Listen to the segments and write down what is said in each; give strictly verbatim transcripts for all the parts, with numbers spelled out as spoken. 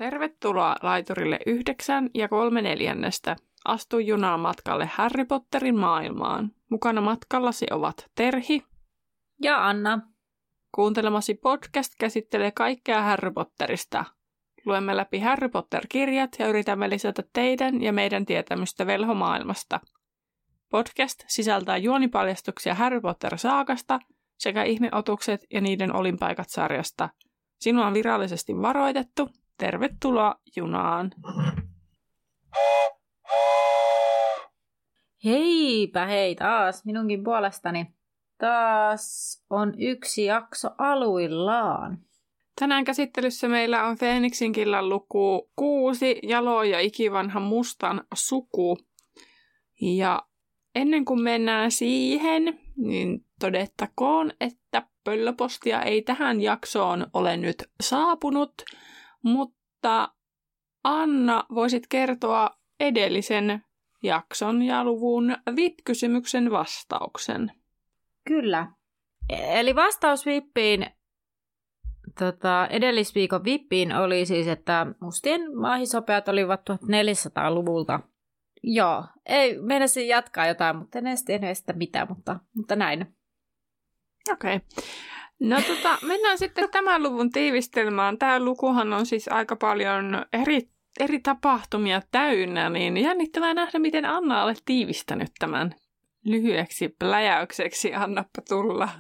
Tervetuloa laiturille yhdeksän ja kolme neljännestä. Astu junaan matkalle Harry Potterin maailmaan. Mukana matkallasi ovat Terhi ja Anna. Kuuntelemasi podcast käsittelee kaikkea Harry Potterista. Luemme läpi Harry Potter-kirjat ja yritämme lisätä teidän ja meidän tietämystä velhomaailmasta. Podcast sisältää juonipaljastuksia Harry Potter-saakasta sekä ihmeotukset ja niiden olinpaikat sarjasta. Sinua on virallisesti varoitettu. Tervetuloa junaan. Heipä hei taas minunkin puolestani. Taas on yksi jakso aluillaan. Tänään käsittelyssä meillä on Feeniksin killan luku kuusi, Jalo ja ikivanha mustan suku. Ja ennen kuin mennään siihen, niin todettakoon, että pöllöpostia ei tähän jaksoon ole nyt saapunut, mutta Anna, voisit kertoa edellisen jakson ja luvun V I P-kysymyksen vastauksen. Kyllä. Eli vastaus V I Piin, tota, edellisviikon V I Piin oli siis, että mustien maahisopeat olivat tuhatneljäsataaluvulta. Joo, ei meinasin jatkaa jotain, mutta en edes tiennyt sitä mitään, mutta, mutta näin. Okei. Okay. No tota, mennään sitten tämän luvun tiivistelmään. Tämä lukuhan on siis aika paljon eri, eri tapahtumia täynnä, niin jännittävää nähdä, miten Anna olet tiivistänyt tämän lyhyeksi pläjäykseksi. Annappa tulla.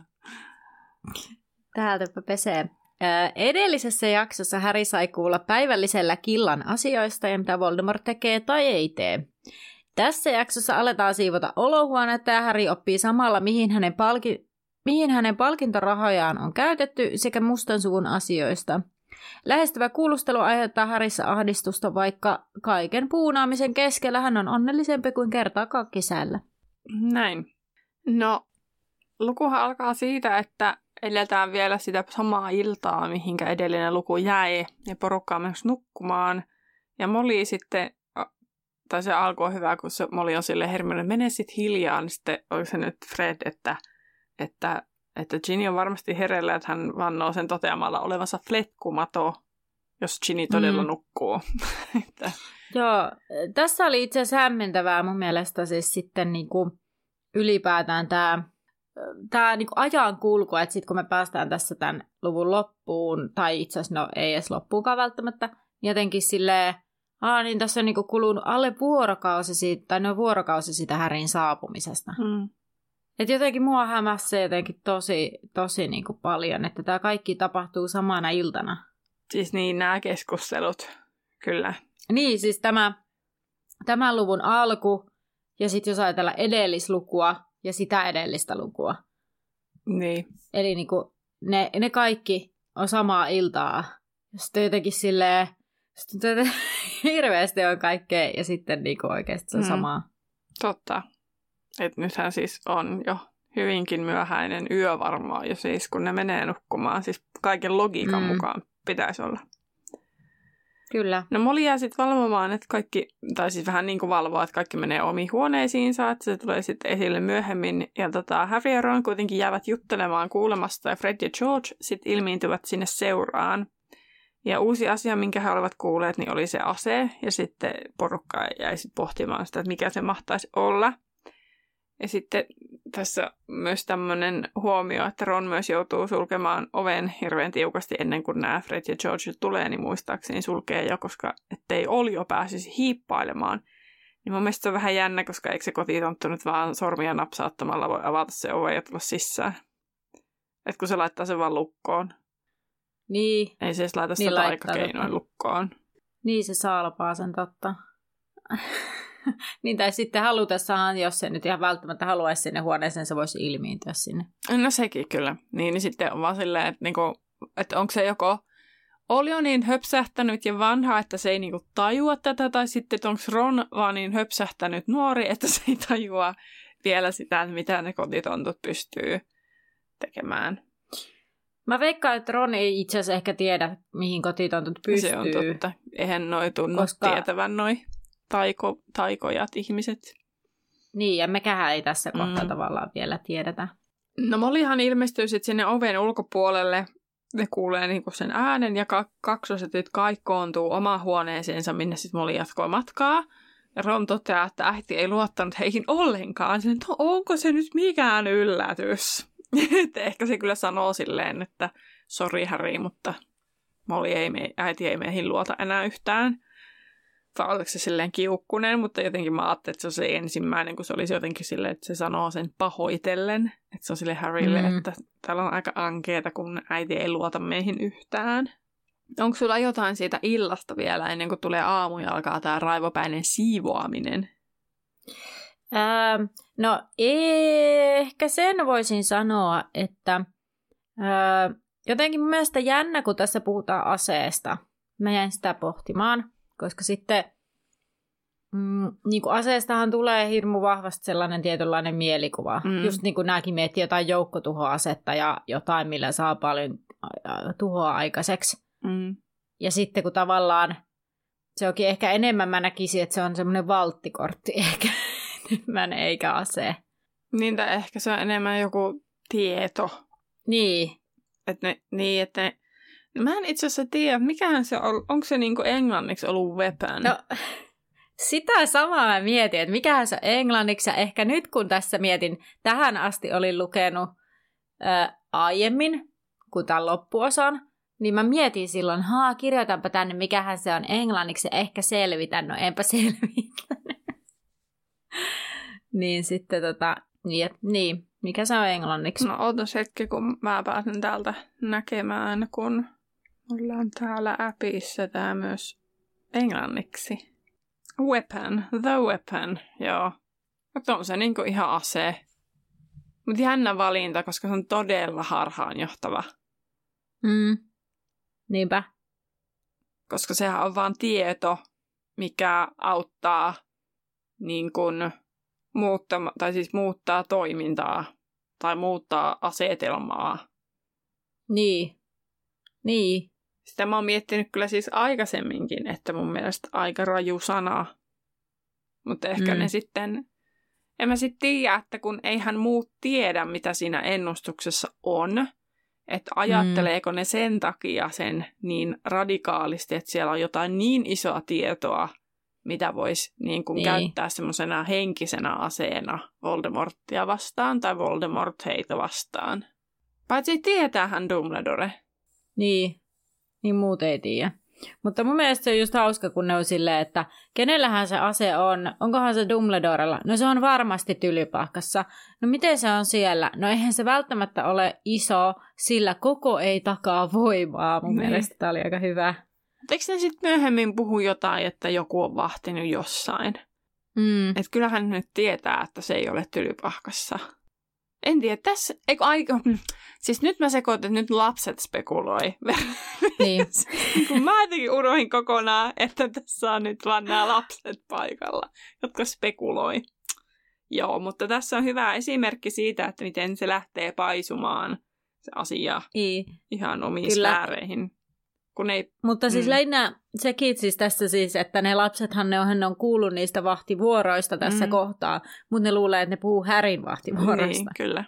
Täältäpä pesee. Ää, edellisessä jaksossa Harry sai kuulla päivällisellä killan asioista ja mitä Voldemort tekee tai ei tee. Tässä jaksossa aletaan siivota olohuonetta ja Harry oppii samalla, mihin hänen, palki- mihin hänen palkintorahojaan on käytetty sekä mustan suvun asioista. Lähestyvä kuulustelu aiheuttaa Harryssä ahdistusta, vaikka kaiken puunaamisen keskellä hän on onnellisempi kuin kertaakaan kesällä. Näin. No, lukuhan alkaa siitä, että eletään vielä sitä samaa iltaa, mihinkä edellinen luku jäi, ja porukka on myös nukkumaan. Ja Molly sitten, tai se alku on hyvä, kun se Molly on silleen Hermione, mene sitten hiljaa, niin sitten oli se nyt Fred, että, että, että Ginny on varmasti hereillä, että hän vannoo sen toteamalla olevansa fletkumato, jos Ginny todella mm. nukkuu. Joo, tässä oli itse asiassa hämmentävää mun mielestä siis sitten niinku ylipäätään tämä Tämä niinku ajan kulku, että sitten kun me päästään tässä tämän luvun loppuun, tai itse asiassa no ei edes loppuunkaan välttämättä, niin jotenkin silleen, aa niin tässä on niinku kulunut alle vuorokausi siitä, tai no vuorokausi siitä Harryn saapumisesta. Mm. Että jotenkin mua hämässä jotenkin tosi, tosi niinku paljon, että tämä kaikki tapahtuu samana iltana. Siis niin, nämä keskustelut, kyllä. Niin, siis tämä, tämän luvun alku, ja sitten jos ajatellaan edellislukua, ja sitä edellistä lukua. Niin. Eli niinku, ne, ne kaikki on samaa iltaa. Sitten jotenkin silleen, sitten hirveästi on kaikkea ja sitten niinku oikeasti se on mm. samaa. Totta. Että nythän siis on jo hyvinkin myöhäinen yö varmaan jo siis, kun ne menee nukkumaan. Siis kaiken logiikan mm. mukaan pitäisi olla. Kyllä. No Molly jää sitten valvomaan, että kaikki, tai siis vähän niin kuin valvoa, että kaikki menee omiin huoneisiinsa, että se tulee sitten esille myöhemmin. Ja tota, Harry ja Ron kuitenkin jäävät juttelemaan kuulemasta ja Fred ja George sitten ilmiintyvät sinne seuraan. Ja uusi asia, minkä he olivat kuulleet, niin oli se ase. Ja sitten porukka jäi sitten pohtimaan sitä, että mikä se mahtaisi olla. Ja sitten tässä myös tämmöinen huomio, että Ron myös joutuu sulkemaan oven hirveän tiukasti ennen kuin nämä Fred ja George tulee, niin muistaakseni sulkee jo, koska ettei Olio pääsisi hiippailemaan. Niin mun mielestä se on vähän jännä, koska eikö se kotitonttu nyt vaan sormia napsauttamalla voi avata se ove ja tulla sisään. Että kun se laittaa sen vaan lukkoon. Niin. Ei se edes laita sitä niin taikakeinoin lukkoon. Niin se salpaa sen totta. Niin, tai sitten halutessaan, jos se nyt ihan välttämättä haluaisi sinne huoneeseen, se voisi ilmiintyä sinne. No sekin kyllä. Niin, niin sitten on vaan silleen, että, niinku, että onko se joko Olio niin höpsähtänyt ja vanha, että se ei niinku tajua tätä, tai sitten onko Ron vaan niin höpsähtänyt nuori, että se ei tajua vielä sitä, että mitä ne kotitontut pystyy tekemään. Mä veikkaan, että Ron ei itse asiassa ehkä tiedä, mihin kotitontut pystyy. Se on totta. Eihän noi tunnu koska... tietävän noi. Taiko, taikojat ihmiset. Niin, ja mekähän ei tässä kohtaa mm. tavallaan vielä tiedetä. No Mollyhan ilmestyy sitten sinne oven ulkopuolelle ne kuulee niinku sen äänen ja kaksosetit kaikkoontuu omaan huoneeseensa, minne sitten Molly jatkoi matkaa. Ja Ron toteaa, että äiti ei luottanut heihin ollenkaan. Sen, että onko se nyt mikään yllätys? Ehkä se kyllä sanoo silleen, että sori Harry, mutta Molly ei me, äiti ei meihin luota enää yhtään. Tai oliko se silleen kiukkunen, mutta jotenkin mä ajattelin, että se on se ensimmäinen, kun se olisi jotenkin silleen, että se sanoo sen pahoitellen. Että se on sille Harrylle, mm. että täällä on aika ankeeta, kun äiti ei luota meihin yhtään. Onko sulla jotain siitä illasta vielä, ennen kuin tulee aamu ja alkaa tämä raivopäinen siivoaminen? Öö, no ehkä sen voisin sanoa, että öö, jotenkin mun mielestä jännä, kun tässä puhutaan aseesta. Mä jäin sitä pohtimaan, koska sitten mm, niin kuin aseestahan tulee hirmu vahvasti sellainen tietynlainen mielikuva. Mm. Just niin kuin nämäkin miettii jotain joukkotuhoasetta ja jotain, millä saa paljon tuhoa aikaiseksi. Mm. Ja sitten kun tavallaan se onkin ehkä enemmän, mä näkisin, että se on semmoinen valttikortti ehkä enemmän eikä ase. Niin, tai ehkä se on enemmän joku tieto. Niin. Että ne, niin, että ne, mä en itse asiassa tiedä, mikähän se on, onko se niinku englanniksi ollut weapon? No, sitä samaa mä mietin, että mikähän se on englanniksi, ja ehkä nyt kun tässä mietin, tähän asti olin lukenut ää, aiemmin, kuin tämän loppuosan, niin mä mietin silloin, haa, kirjoitanpa tänne, mikähän se on englanniksi, ja ehkä selvitän, no enpä selvitä. Niin sitten tota, niin, niin, mikä se on englanniksi? No ootas hetki, kun mä pääsen täältä näkemään, kun ollaan täällä appissa tää myös englanniksi. Weapon, the weapon, joo. Mutta on se niinku ihan ase. Mutta jännä valinta, koska se on todella harhaanjohtava. Mm. Niinpä. Koska sehän on vaan tieto, mikä auttaa niin kun muuttaa, tai siis muuttaa toimintaa tai muuttaa asetelmaa. Niin. Niin. Sitä mä oon miettinyt kyllä siis aikaisemminkin, että mun mielestä aika raju sana. Mutta ehkä mm. ne sitten, en mä sitten tiedä, että kun eihän muut tiedä, mitä siinä ennustuksessa on, että ajatteleeko mm. ne sen takia sen niin radikaalisti, että siellä on jotain niin isoa tietoa, mitä voisi niin kuin niin. käyttää semmoisena henkisenä aseena Voldemorttia vastaan tai Voldemort heitä vastaan. Paitsi tietäähän Dumbledore. Niin, niin muut ei tiedä. Mutta mun mielestä se on just hauska, kun ne on silleen, että kenellähän se ase on, onkohan se Dumbledorella? No se on varmasti Tylypahkassa. No miten se on siellä? No eihän se välttämättä ole iso, sillä koko ei takaa voimaa. Mun niin. mielestä tää oli aika hyvä. Eikö ne sitten myöhemmin puhu jotain, että joku on vahtinut jossain? Mm. Että kyllähän nyt tietää, että se ei ole Tylypahkassa. En tiedä, tässä, eikö aika, siis nyt mä sekoitin, että nyt lapset spekuloi. Niin. Kun mä jotenkin unohin kokonaan, että tässä on nyt vaan nämä lapset paikalla, jotka spekuloi. Joo, mutta tässä on hyvä esimerkki siitä, että miten se lähtee paisumaan, se asia, I. ihan omiin sfääreihin. Kun ei, mutta siis mm. lähinnä sekin siis tässä siis, että ne lapsethan ne on, ne on kuullut niistä vahtivuoroista tässä mm. kohtaa, mutta ne luulee, että ne puhuu Harryn vahtivuoroista. Niin, kyllä.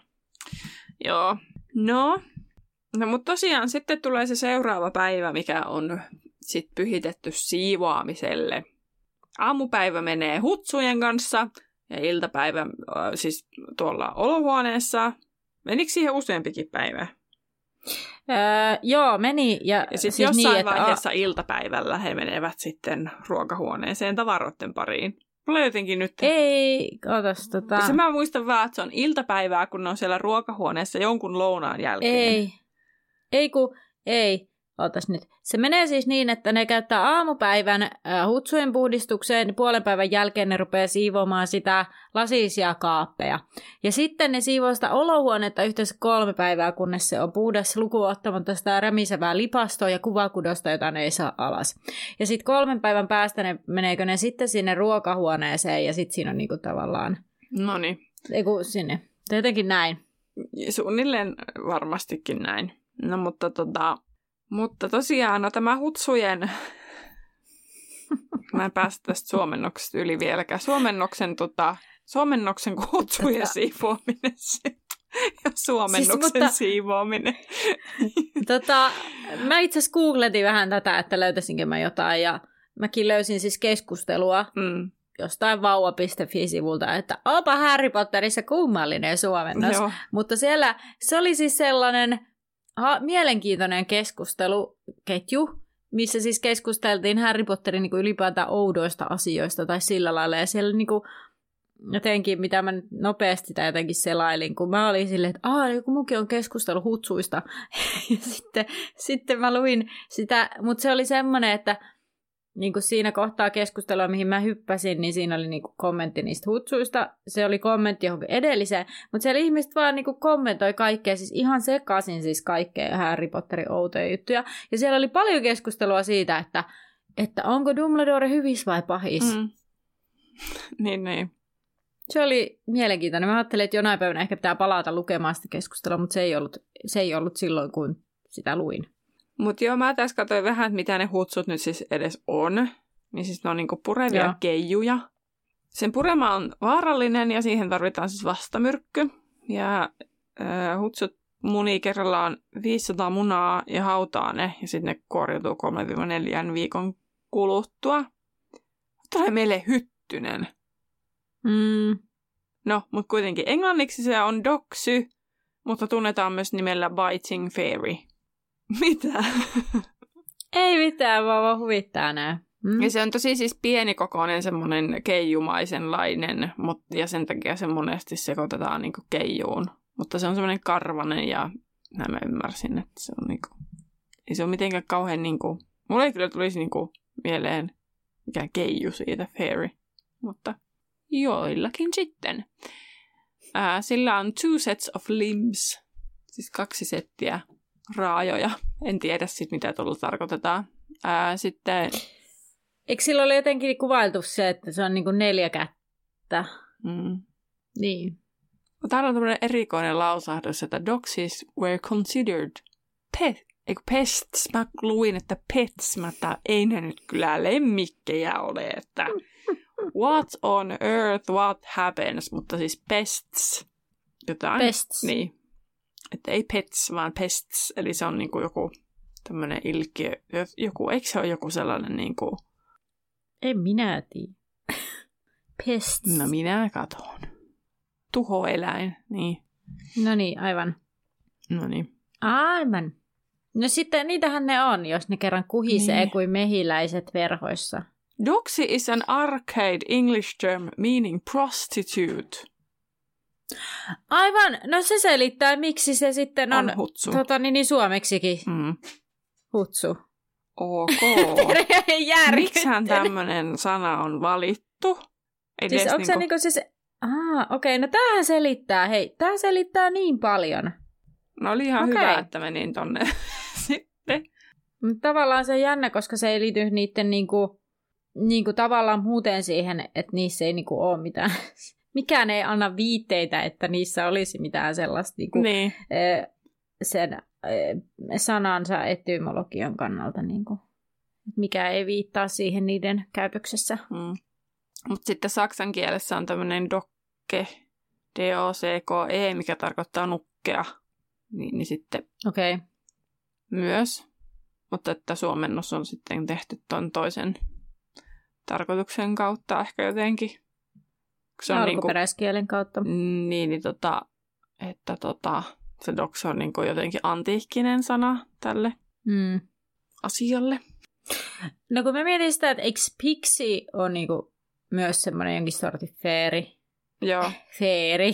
Joo. No, no mutta tosiaan sitten tulee se seuraava päivä, mikä on sitten pyhitetty siivoamiselle. Aamupäivä menee hutsujen kanssa ja iltapäivä äh, siis tuolla olohuoneessa. Menikö siihen useampikin päivä? Öö, joo, meni. Ja, ja sitten siis jossain niin, vaiheessa a... iltapäivällä he menevät sitten ruokahuoneeseen tavaroiden pariin. Mulla jotenkin nyt... Ei, otas tota... Se mä muistan vaan, että se on iltapäivää, kun ne on siellä ruokahuoneessa jonkun lounaan jälkeen. Ei, ei kun, ei. Otas nyt. Se menee siis niin, että ne käyttää aamupäivän äh, hutsujen puhdistukseen, niin puolen päivän jälkeen ne rupeaa siivoamaan sitä lasisia kaappeja. Ja sitten ne siivoo sitä olohuonetta yhteensä kolme päivää, kunnes se on puhdas lukuun ottamatta sitä rämisevää lipastoa ja kuvakudosta, jota ne ei saa alas. Ja sitten kolmen päivän päästä ne meneekö ne sitten sinne ruokahuoneeseen ja sitten siinä on niinku tavallaan... Noniin. Eiku sinne. Jotenkin näin. Suunnilleen varmastikin näin. No mutta tota... Mutta tosiaan, no tämä hutsujen, mä en päästä tästä suomennoksesta yli vieläkään, suomennoksen, tota, suomennoksen hutsujen siivoaminen ja suomennoksen siis, mutta, siivoaminen. tota, mä itse asiassa googletin vähän tätä, että löytäisinkö mä jotain, ja mäkin löysin siis keskustelua mm. jostain vauva piste fi-sivulta, että opa Harry Potterissa kummallinen suomennos. Joo. Mutta siellä se oli siis sellainen ha, mielenkiintoinen keskusteluketju, missä siis keskusteltiin Harry Potterin niin kuin ylipäätään oudoista asioista tai sillä lailla. Ja siellä niin kuin, jotenkin, mitä mä nopeasti sitä jotenkin selailin, kun mä olin silleen, että aah, joku mukin on keskustelu hutsuista. Ja sitten, sitten mä luin sitä, mutta se oli semmoinen, että niin kuin siinä kohtaa keskustelua, mihin mä hyppäsin, niin siinä oli niin kuin kommentti niistä hutsuista. Se oli kommentti johonkin edelliseen, mutta siellä ihmiset vaan niin kuin kommentoi kaikkea, siis ihan sekaisin siis kaikkea Harry Potterin outoja juttuja. Ja siellä oli paljon keskustelua siitä, että, että onko Dumbledore hyvis vai pahis. Mm. niin, niin. Se oli mielenkiintoinen. Mä ajattelin, että jonain päivänä ehkä pitää palata lukemaan sitä keskustelua, mutta se ei ollut, se ei ollut silloin, kun sitä luin. Mutta joo, mä tässä katsoin vähän, että mitä ne hutsut nyt siis edes on. Niin siis ne on niinku purevia joo. keijuja. Sen purema on vaarallinen ja siihen tarvitaan siis vastamyrkky. Ja äh, hutsut munii kerrallaan viisisataa munaa ja hautaa ne. Ja sitten ne korjautuu kolme neljä viikon kuluttua. Tulee meille hyttynen. Mm. No, mutta kuitenkin englanniksi se on doksy, mutta tunnetaan myös nimellä biting fairy. Mitä? Ei mitään, vaan vaan huvittaa nää. Mm. Ja se on tosi siis pienikokoinen semmoinen keijumaisenlainen, ja sen takia se monesti sekoitetaan niinku keijuun. Mutta se on semmoinen karvanen ja näin mä ymmärsin, että se on niinku, ei se ole mitenkään kauhean niinku, mulle ei kyllä tulisi niinku mieleen mikään keiju siitä, fairy, mutta joillakin sitten. Ää, sillä on two sets of limbs, siis kaksi settiä raajoja. En tiedä sitten, mitä tuolla tarkoitetaan. Ää, sitten... Eikö sillä ole jotenkin kuvailtu se, että se on niinku neljä kättä? Mm. Niin. Täällä on tämmöinen erikoinen lausahdus, että dogs were considered pet, eikö pests. Mä luin, että pets, mutta ei ne nyt kyllä lemmikkejä ole, että what on earth, what happens, mutta siis pests. Jotain. Pests. Niin. Että ei pets, vaan pests, eli se on niinku joku tämmöinen ilkiö, joku, eikö se ole joku sellainen niinku... En minä tiedä. Pests. No minä katon. Tuhoeläin, niin. No niin, aivan. No niin. Aivan. No sitten niitähän ne on, jos ne kerran kuhisee niin. kuin mehiläiset verhoissa. Doxy is an archaic English term meaning prostitute. Aivan, no se selittää, miksi se sitten on, on hutsu. Tota, niin, niin suomeksikin mm. hutsu. Ok. Miksihän tämmöinen sana on valittu? Siis onko niinku... se niinku siis... Ah, okei, okay, no tämähän selittää, hei, tämä selittää niin paljon. No oli ihan okay. Hyvä, että menin tonne sitten. Mutta tavallaan se on jännä, koska se ei liity niiden niinku, niinku tavallaan muuten siihen, että niissä ei niinku ole mitään... Mikään ei anna viitteitä, että niissä olisi mitään sellaista niinku, niin. sen sanansa etymologian kannalta. Niinku. Mikä ei viittaa siihen niiden käytöksessä. Mm. Mutta sitten saksan kielessä on tämmöinen dokke, D O C K E, mikä tarkoittaa nukkea. Niin, niin sitten okay. myös. Mutta että suomennos on sitten tehty ton toisen tarkoituksen kautta ehkä jotenkin. Se on alkuperäiskielen niinku, kautta. Niin, niin tota, että tota, se doks on niinku jotenkin antiikkinen sana tälle mm. asialle. No kun mä mietin sitä, että eikö pixie on niinku myös semmoinen jonkin sorti feeri? Joo. Feeri.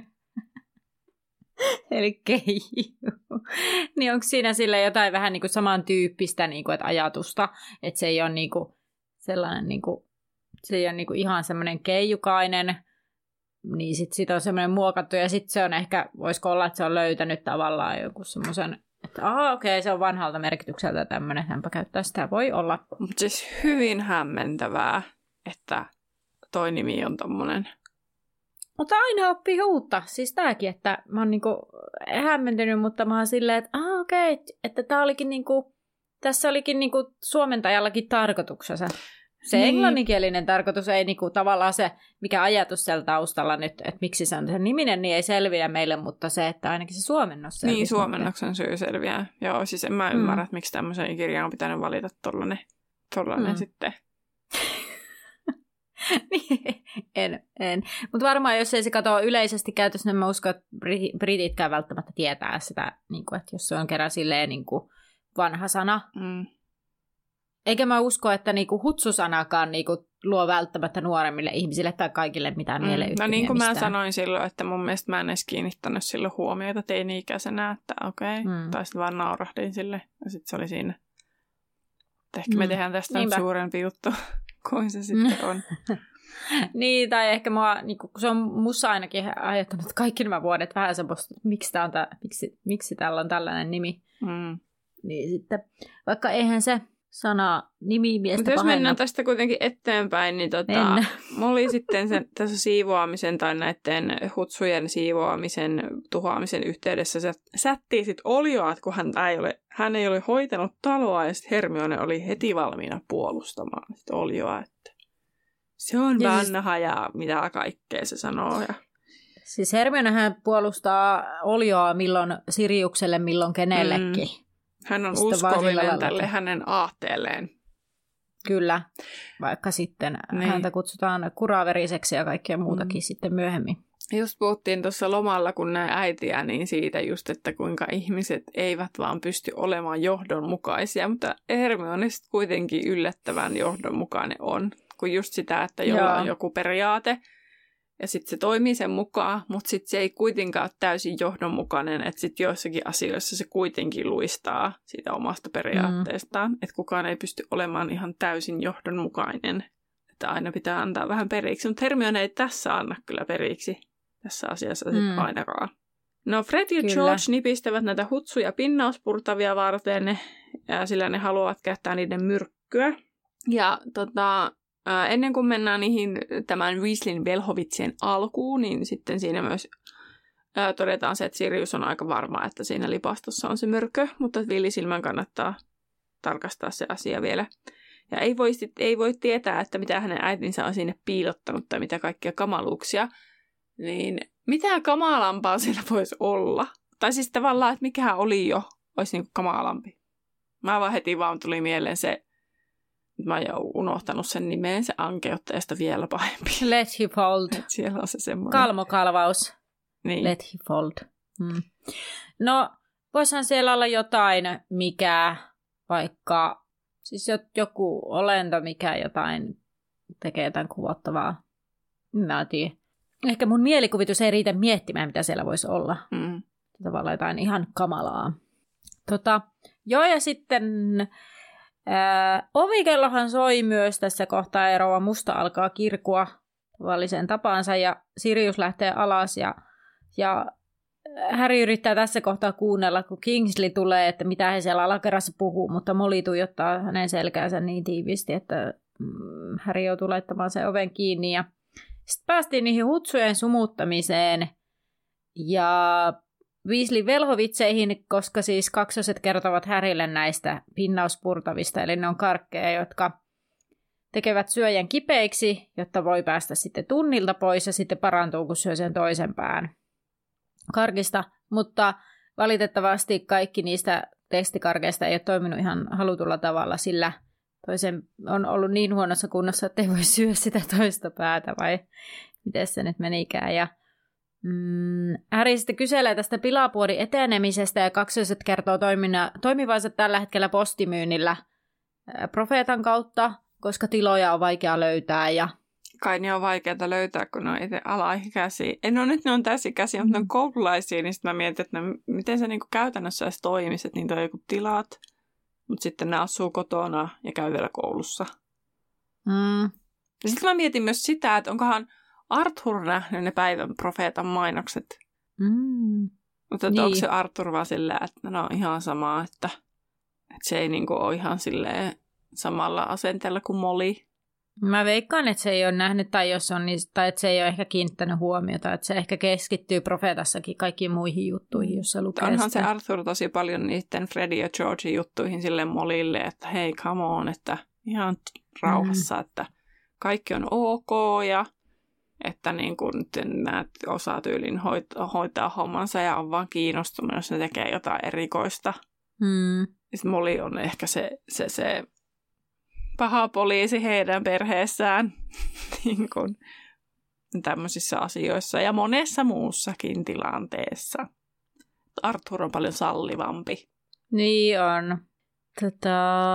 Eli keiju. Niin onko siinä sille jotain vähän niinku samantyyppistä niinku, että ajatusta, että se ei ole niinku sellainen niinku se ei ole niinku ihan semmoinen keijukainen, niin sitten sit on semmoinen muokattu, ja sitten se on ehkä, voisiko olla, että se on löytänyt tavallaan joku semmoisen, että aha, okei, okay, se on vanhalta merkitykseltä tämmöinen, hänpä käyttää sitä, voi olla. Mutta siis hyvin hämmentävää, että toi nimi on tommonen. Mutta aina oppii uutta, siis tääkin, että mä oon niinku hämmentynyt, mutta mä oon silleen, että aha, okei, okay, että tää olikin niinku, tässä olikin niinku suomentajallakin tarkoituksensa. Se niin. englanninkielinen tarkoitus ei niinku, tavallaan se, mikä ajatus siellä taustalla nyt, että miksi se on sen niminen, niin ei selviä meille, mutta se, että ainakin se suomennos selviää. Niin, suomennoksen syy selviää. Joo, siis en mä ymmärrä, mm. että miksi tämmöisen kirjaan on pitänyt valita tollanen, tollanen mm. sitten. niin, en, en. Mutta varmaan, jos ei se katoa yleisesti käytössä, niin mä uskon, että brititkään välttämättä tietää sitä, niin kuin, että jos se on kerran silleen niin kuin vanha sana. Mm. Eikä mä usko, että niinku hutsusanakaan niinku luo välttämättä nuoremmille ihmisille tai kaikille mitään mm. mieleyhtymiä. No niin kuin mistään. mä sanoin silloin, että mun mielestä mä en edes kiinnittänyt silloin huomiota teini-ikäisenä, että okei, okay. mm. tai sitten vaan naurahdin sille ja sitten se oli siinä. Ehkä mm. me tehdään tästä nyt suurempi juttu kuin se sitten on. Niin, tai ehkä mua, niinku, se on musta ainakin aiheuttanut kaikki nämä vuodet vähän semmoista, miksi, tää on tää, miksi, miksi täällä on tällainen nimi. Mm. Niin sitten, vaikka eihän se sana nimimiestä pahenna. Jos mennään tästä kuitenkin eteenpäin, niin tota, mulla oli sitten sen, tässä siivoamisen tai näiden hutsujen siivoamisen, tuhoamisen yhteydessä se sättii sitten Olioa, kun hän ei, ole, hän ei ole hoitanut taloa ja sitten Hermione oli heti valmiina puolustamaan sitten Olioa, että se on ja vanha siis, ja mitä kaikkea se sanoo. Ja... Siis Hermionehän puolustaa Olioa milloin Siriukselle, milloin kenellekin. Mm. Hän on sitten uskollinen tälle hänen aatteelleen. Kyllä, vaikka sitten niin. häntä kutsutaan kuraveriseksi ja kaikkea muutakin mm. sitten myöhemmin. Just puhuttiin tuossa lomalla, kun näin äitiä, niin siitä just, että kuinka ihmiset eivät vaan pysty olemaan johdonmukaisia, mutta Hermione kuitenkin yllättävän johdonmukainen on, kun just sitä, että jolla Joo. on joku periaate, ja sitten se toimii sen mukaan, mutta sitten se ei kuitenkaan ole täysin johdonmukainen, että sitten joissakin asioissa se kuitenkin luistaa siitä omasta periaatteestaan, mm. että kukaan ei pysty olemaan ihan täysin johdonmukainen, että aina pitää antaa vähän periksi, mutta Hermione ei tässä anna kyllä periksi tässä asiassa sitten mm. ainakaan. No Fred ja kyllä. George nipistävät näitä hutsuja pinnauspurtavia varten, ja sillä ne haluavat käyttää niiden myrkkyä, ja tota... Ennen kuin mennään niihin tämän Weasleyn velhovitsien alkuun, niin sitten siinä myös ää, todetaan se, että Sirius on aika varma, että siinä lipastossa on se mörkö, mutta villisilmän kannattaa tarkastaa se asia vielä. Ja ei voi, sit, ei voi tietää, että mitä hänen äitinsä on sinne piilottanut tai mitä kaikkia kamaluuksia, niin mitä kamalampaa siellä voisi olla? Tai siis tavallaan, että mikä oli jo, olisi niin kuin kamalampi. Mä vaan heti vaan tuli mieleen se, mä oon jo unohtanut sen nimeen, se ankeuttajasta vielä pahempi. Let he fold. Et siellä on se semmoinen. Kalmokalvaus. Niin. Let he fold. Hmm. No, voisihan siellä olla jotain, mikä vaikka, siis joku olento, mikä jotain tekee jotain kuvottavaa. Mä en tiedä. Ehkä mun mielikuvitus ei riitä miettimään, mitä siellä voisi olla. Mm. Tavallaan jotain ihan kamalaa. Tota, joo, ja sitten... Ää, ovikellohan soi myös tässä kohtaa ja rouva Musta alkaa kirkua tavalliseen tapaansa ja Sirius lähtee alas ja, ja Harry yrittää tässä kohtaa kuunnella, kun Kingsley tulee, että mitä he siellä alakerrassa puhuu, mutta Molly tuijottaa hänen selkäänsä niin tiivisti, että mm, Harry joutuu laittamaan sen oven kiinni ja sitten päästiin niihin hutsujen sumuttamiseen ja Weasley velhovitseihin, koska siis kaksoset kertovat Harrylle näistä pinnauspurtavista, eli ne on karkkeja, jotka tekevät syöjän kipeiksi, jotta voi päästä sitten tunnilta pois ja sitten parantuu, kun syö sen toisen pään karkista. Mutta valitettavasti kaikki niistä testikarkeista ei ole toiminut ihan halutulla tavalla, sillä toisen on ollut niin huonossa kunnossa, että ei voi syödä sitä toista päätä, vai miten se nyt menikään. Ja Mm, Harry sitten kyselee tästä pilapuodin etenemisestä ja kaksoset kertoo toimina, toimivansa tällä hetkellä postimyynnillä ää, profeetan kautta, koska tiloja on vaikea löytää. Ja... Kai ne on vaikeaa löytää, kun ne on itse alaikäisiä. En ole nyt ne on täysikäisiä, mutta ne on koululaisia, niin sitten mä mietin, että ne, miten se niinku käytännössä edes toimisi, että niitä on joku tilat, mutta sitten ne asuu kotona ja käy vielä koulussa. Mm. Ja sitten mä mietin myös sitä, että onkohan Arthur nähnyt ne päivän profeetan mainokset. Mm. Mutta niin. Onko se Arthur vaan silleen, että no ihan sama, että, että se ei niinku ole ihan silleen samalla asenteella kuin Molly. Mä veikkaan, että se ei ole nähnyt, tai, jos on, niin, tai että se ei ole ehkä kiinnittänyt huomiota, että se ehkä keskittyy profeetassakin kaikkiin muihin juttuihin, jos se lukee onhan sitä. Se Arthur tosi paljon niiden Freddy ja George juttuihin sille Mollylle, että hei, come on, että ihan rauhassa, mm. että kaikki on ok ja että niin kun nämä osaa tyylin hoitaa, hoitaa hommansa ja on vaan kiinnostunut, jos ne tekee jotain erikoista. Mm. Sitten Molly on ehkä se, se, se paha poliisi heidän perheessään niin kun tämmöisissä asioissa ja monessa muussakin tilanteessa. Arthur on paljon sallivampi. Niin on. Tota,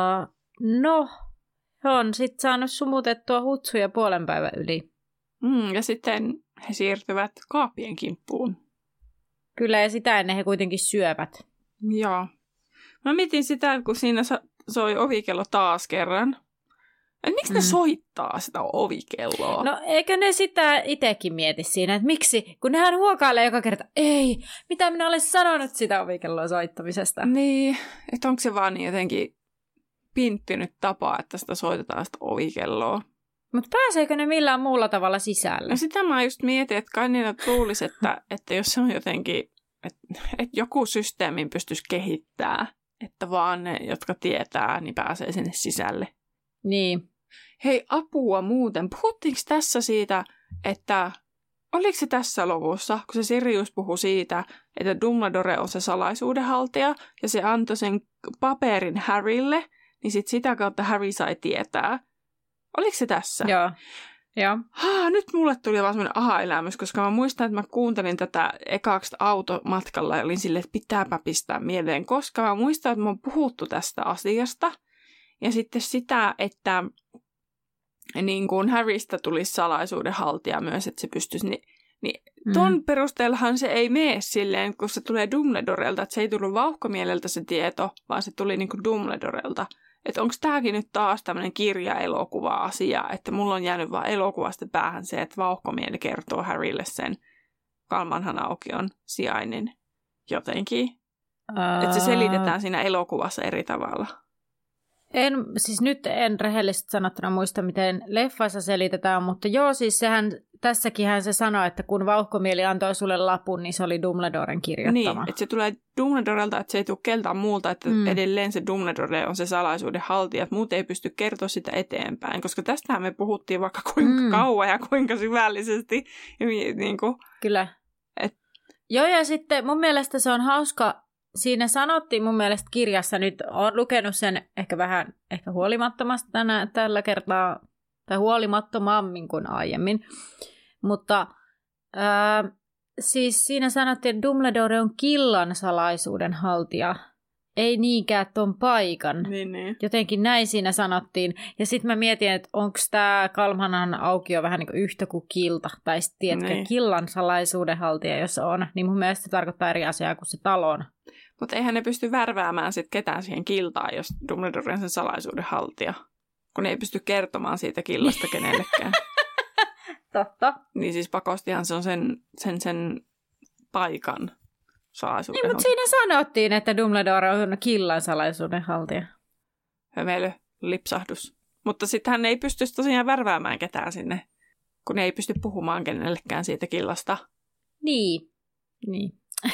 no, on sitten saanut sumutettua hutsuja puolen päivän yli. Mm, ja sitten he siirtyvät kaapien kimppuun. Kyllä, ja sitä ennen he kuitenkin syövät. Joo. Mä mietin sitä, kun siinä soi ovikello taas kerran. Et miksi mm. ne soittaa sitä ovikelloa? No eikö ne sitä itsekin mieti siinä, että miksi? Kun nehän huokailee joka kerta, ei, mitä minä olen sanonut sitä ovikelloa soittamisesta. Niin, että onko se vaan niin jotenkin pinttynyt tapa, että sitä soitetaan sitä ovikelloa. Mutta pääseekö ne millään muulla tavalla sisälle? No sitä mä just mietin, että kai niillä luulisi, että, että jos se on jotenkin, että, että joku systeemin pystyisi kehittämään, että vaan ne, jotka tietää, niin pääsee sinne sisälle. Niin. Hei, apua muuten. Puhuttiinko tässä siitä, että oliko se tässä luvussa, kun se Sirius puhui siitä, että Dumbledore on se salaisuudenhaltija ja se antoi sen paperin Harrylle, niin sit sitä kautta Harry sai tietää. Oliko se tässä? Joo. Joo. Ha, nyt mulle tuli vaan semmoinen aha-elämys, koska mä muistan, että mä kuuntelin tätä ekaksi automatkalla ja olin silleen, että pitääpä pistää mieleen, koska mä muistan, että mä oon puhuttu tästä asiasta. Ja sitten sitä, että niin kuin Harrystä tulisi salaisuudenhaltija myös, että se pystyisi, niin, niin ton mm. perusteellahan se ei mene silleen, kun se tulee Dumbledorelta, että se ei tullut vauhkomieleltä se tieto, vaan se tuli niin kuin Dumbledorelta. Että onko tämäkin nyt taas tämmöinen kirja-elokuva-asia, että mulla on jäänyt vaan elokuvasta päähän se, että vauhkomieli kertoo Harrylle sen Kalmanhan aukion sijainnin jotenkin. Uh... Että se selitetään siinä elokuvassa eri tavalla. En, siis nyt en rehellisesti sanottuna muista, miten leffassa selitetään, mutta joo, siis sehän, tässäkin hän se sanoi, että kun vauhkomieli antoi sulle lapun, niin se oli Dumbledoren kirjoittama. Niin, että se tulee Dumbledorelta, että se ei tule keltaan muulta, että mm. edelleen se Dumbledore on se salaisuuden haltija, että muut ei pysty kertoa sitä eteenpäin, koska tästähän me puhuttiin vaikka kuinka mm. kauan ja kuinka syvällisesti. Niin kuin, Kyllä. Et... Joo, ja sitten mun mielestä se on hauska. Siinä sanottiin mun mielestä kirjassa, nyt olen lukenut sen ehkä vähän ehkä huolimattomasti tänä, tällä kertaa, tai huolimattomammin kuin aiemmin, mutta ää, siis siinä sanottiin, että Dumbledore on killan salaisuuden haltija, ei niinkään ton paikan. Niin, niin. Jotenkin näin siinä sanottiin. Ja sitten mä mietin, että onko tämä Kalmanhan aukio vähän niin kuin yhtä kuin kilta, tai sitten tiedätkö, niin. killan salaisuuden haltija, jos on, niin mun mielestä se tarkoittaa eri asiaa kuin se talon. Mutta eihän ne pysty värväämään sit ketään siihen kiltaan, jos Dumbledore on sen salaisuuden haltija. Kun ne ei pysty kertomaan siitä killasta kenellekään. Totta. Niin siis pakostihan se on sen, sen, sen paikan salaisuuden niin, mutta siinä sanottiin, että Dumbledore on killan salaisuuden haltija. Meille lipsahdus. Mutta sitten hän ei pysty tosiaan värväämään ketään sinne, kun ne ei pysty puhumaan kenellekään siitä killasta. Niin. Niin.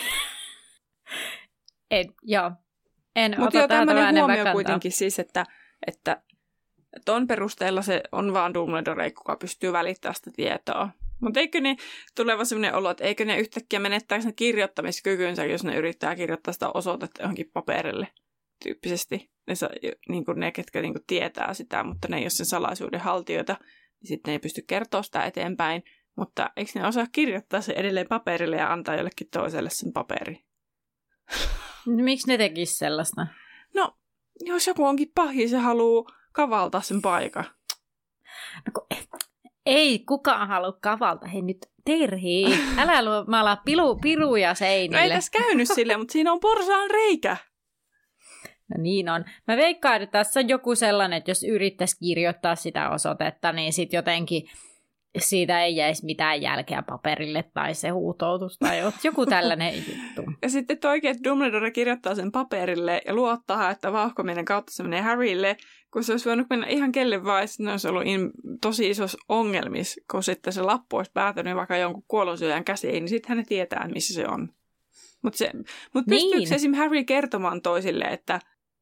En, joo. En Mutta ota joo, tähän tämmöinen huomio kantaa. kuitenkin siis, että, että ton perusteella se on vaan Dumbledore, kuka pystyy välittämään sitä tietoa. Mutta eikö ne tuleva sellainen olo, että eikö ne yhtäkkiä menettäisi ne kirjoittamiskykynsä, jos ne yrittää kirjoittaa sitä osoitetta johonkin paperille tyyppisesti. Ne, niin kuin ne ketkä niin kuin tietää sitä, mutta ne ei ole sen salaisuuden haltijoita, niin sitten ne ei pysty kertoa sitä eteenpäin. Mutta eikö ne osaa kirjoittaa se edelleen paperille ja antaa jollekin toiselle sen paperi? Miksi ne tekisi sellaista? No, jos joku onkin pahi, se haluaa kavaltaa sen paikan. No kun, ei kukaan halua kavalta. Hei nyt, Terhi, älä luo maalaa pilu, piruja seinille. No ei tässä käynyt silleen, mutta siinä on porsaan reikä. No niin on. Mä veikkaan, että tässä on joku sellainen, että jos yrittäisi kirjoittaa sitä osoitetta, niin sitten jotenkin siitä ei jäisi mitään jälkeä paperille tai se huutoutus tai joku tällainen juttu. Ja sitten toikin, että Dumbledore kirjoittaa sen paperille ja luottaa, että vauhkominen kautta se menee Harrylle, kun se olisi voinut mennä ihan kelle vaan, että ne olisi ollut in, tosi isossa ongelmissa, kun sitten se lappu olisi päätynyt vaikka jonkun kuollonsyöjän käsiin, niin sitten hän tietää, missä se on. Mutta mut niin. pystyykö esim. Harry kertomaan toisille, että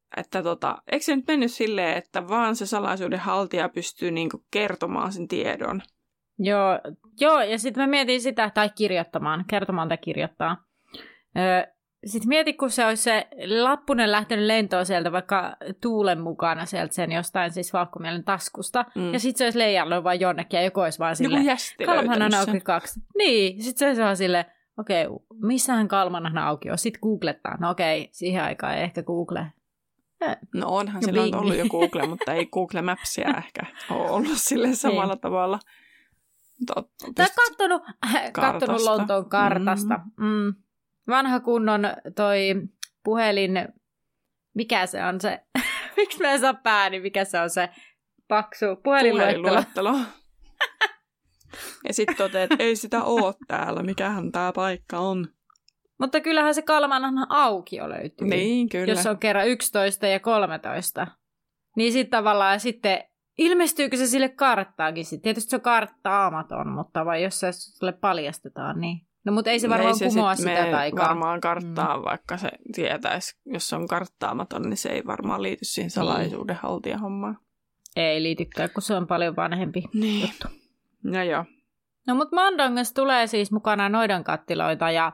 että tota, eikö se nyt mennyt silleen, että vaan se salaisuuden haltija pystyy niinku kertomaan sen tiedon? Joo, joo ja sitten mä mietin sitä, tai kirjoittamaan, kertomaan tai kirjoittaa. Öö, sitten mietin, kun se olisi se lappunen lähtenyt lentoon sieltä vaikka tuulen mukana sieltä sen jostain siis valkomielen taskusta. Mm. Ja sitten se olisi leijannut vaan jonnekin ja joku olisi vaan silleen, Kalmanahna auki kaksi. Niin, sitten se olisi vaan silleen, okei, okay, missähän Kalmanahna auki on? Sitten googlettaa. No okei, okay, siihen aikaan ei ehkä google. No onhan sillä on ollut jo Google, mutta ei Google Mapsia ehkä ole ollut silleen samalla niin. tavalla. Tai kattonut, kattonut Lontoon kartasta. Mm-hmm. Mm. Vanha kunnon toi puhelin, mikä se on se, miksi mä en saa pääni, mikä se on se paksu puhelinluettelo. Ja sitten toteat, että ei sitä ole täällä, mikähän tää paikka on. Mutta kyllähän se Kalmanahna aukio löytyy. Niin, kyllä. Jos on kerran yksitoista ja kolmetoista. Niin sitten tavallaan sitten, ilmestyykö se sille karttaakin sitten? Tietysti se on karttaamaton, mutta vai jos se sulle paljastetaan, niin... No mutta ei se varmaan ei se kumoa sitä taikaa. Varmaan karttaa, mm. vaikka se tietäisi, jos se on karttaamaton, niin se ei varmaan liity siihen salaisuuden niin. haltijahommaan. Ei liitykään, kun se on paljon vanhempi niin. juttu. No joo. No mutta Mandangassa tulee siis mukana noidankattiloita ja,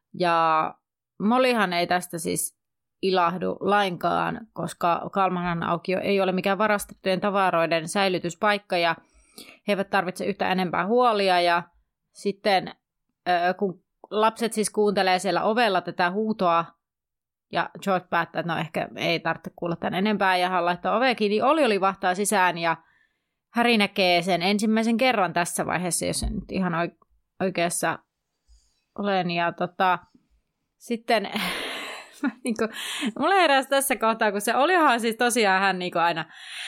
ja Mollyhan ei tästä siis ilahdu lainkaan, koska Kalmanahnan aukio ei ole mikään varastettujen tavaroiden säilytyspaikka ja he eivät tarvitse yhtä enempää huolia ja sitten... kun lapset siis kuuntelee siellä ovella tätä huutoa, ja George päättää, että no ehkä ei tarvitse kuulla tämän enempää, ja hän laittaa ovekin, niin Oli Oli vahtaa sisään, ja Harry näkee sen ensimmäisen kerran tässä vaiheessa, jos en nyt ihan oikeassa olen, ja tota, sitten... niin kuin, mulle heräsi tässä kohtaa, kun se olihan siis tosiaan hän niin aina,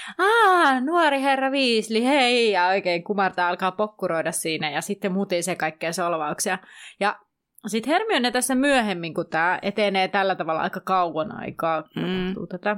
aah, nuori herra Weasley, hei, ja oikein kumartaa, alkaa pokkuroida siinä, ja sitten mutisee kaikkea solvauksia. Ja sitten Hermione tässä myöhemmin, kun tämä etenee tällä tavalla aika kauan aikaa, mm. tätä,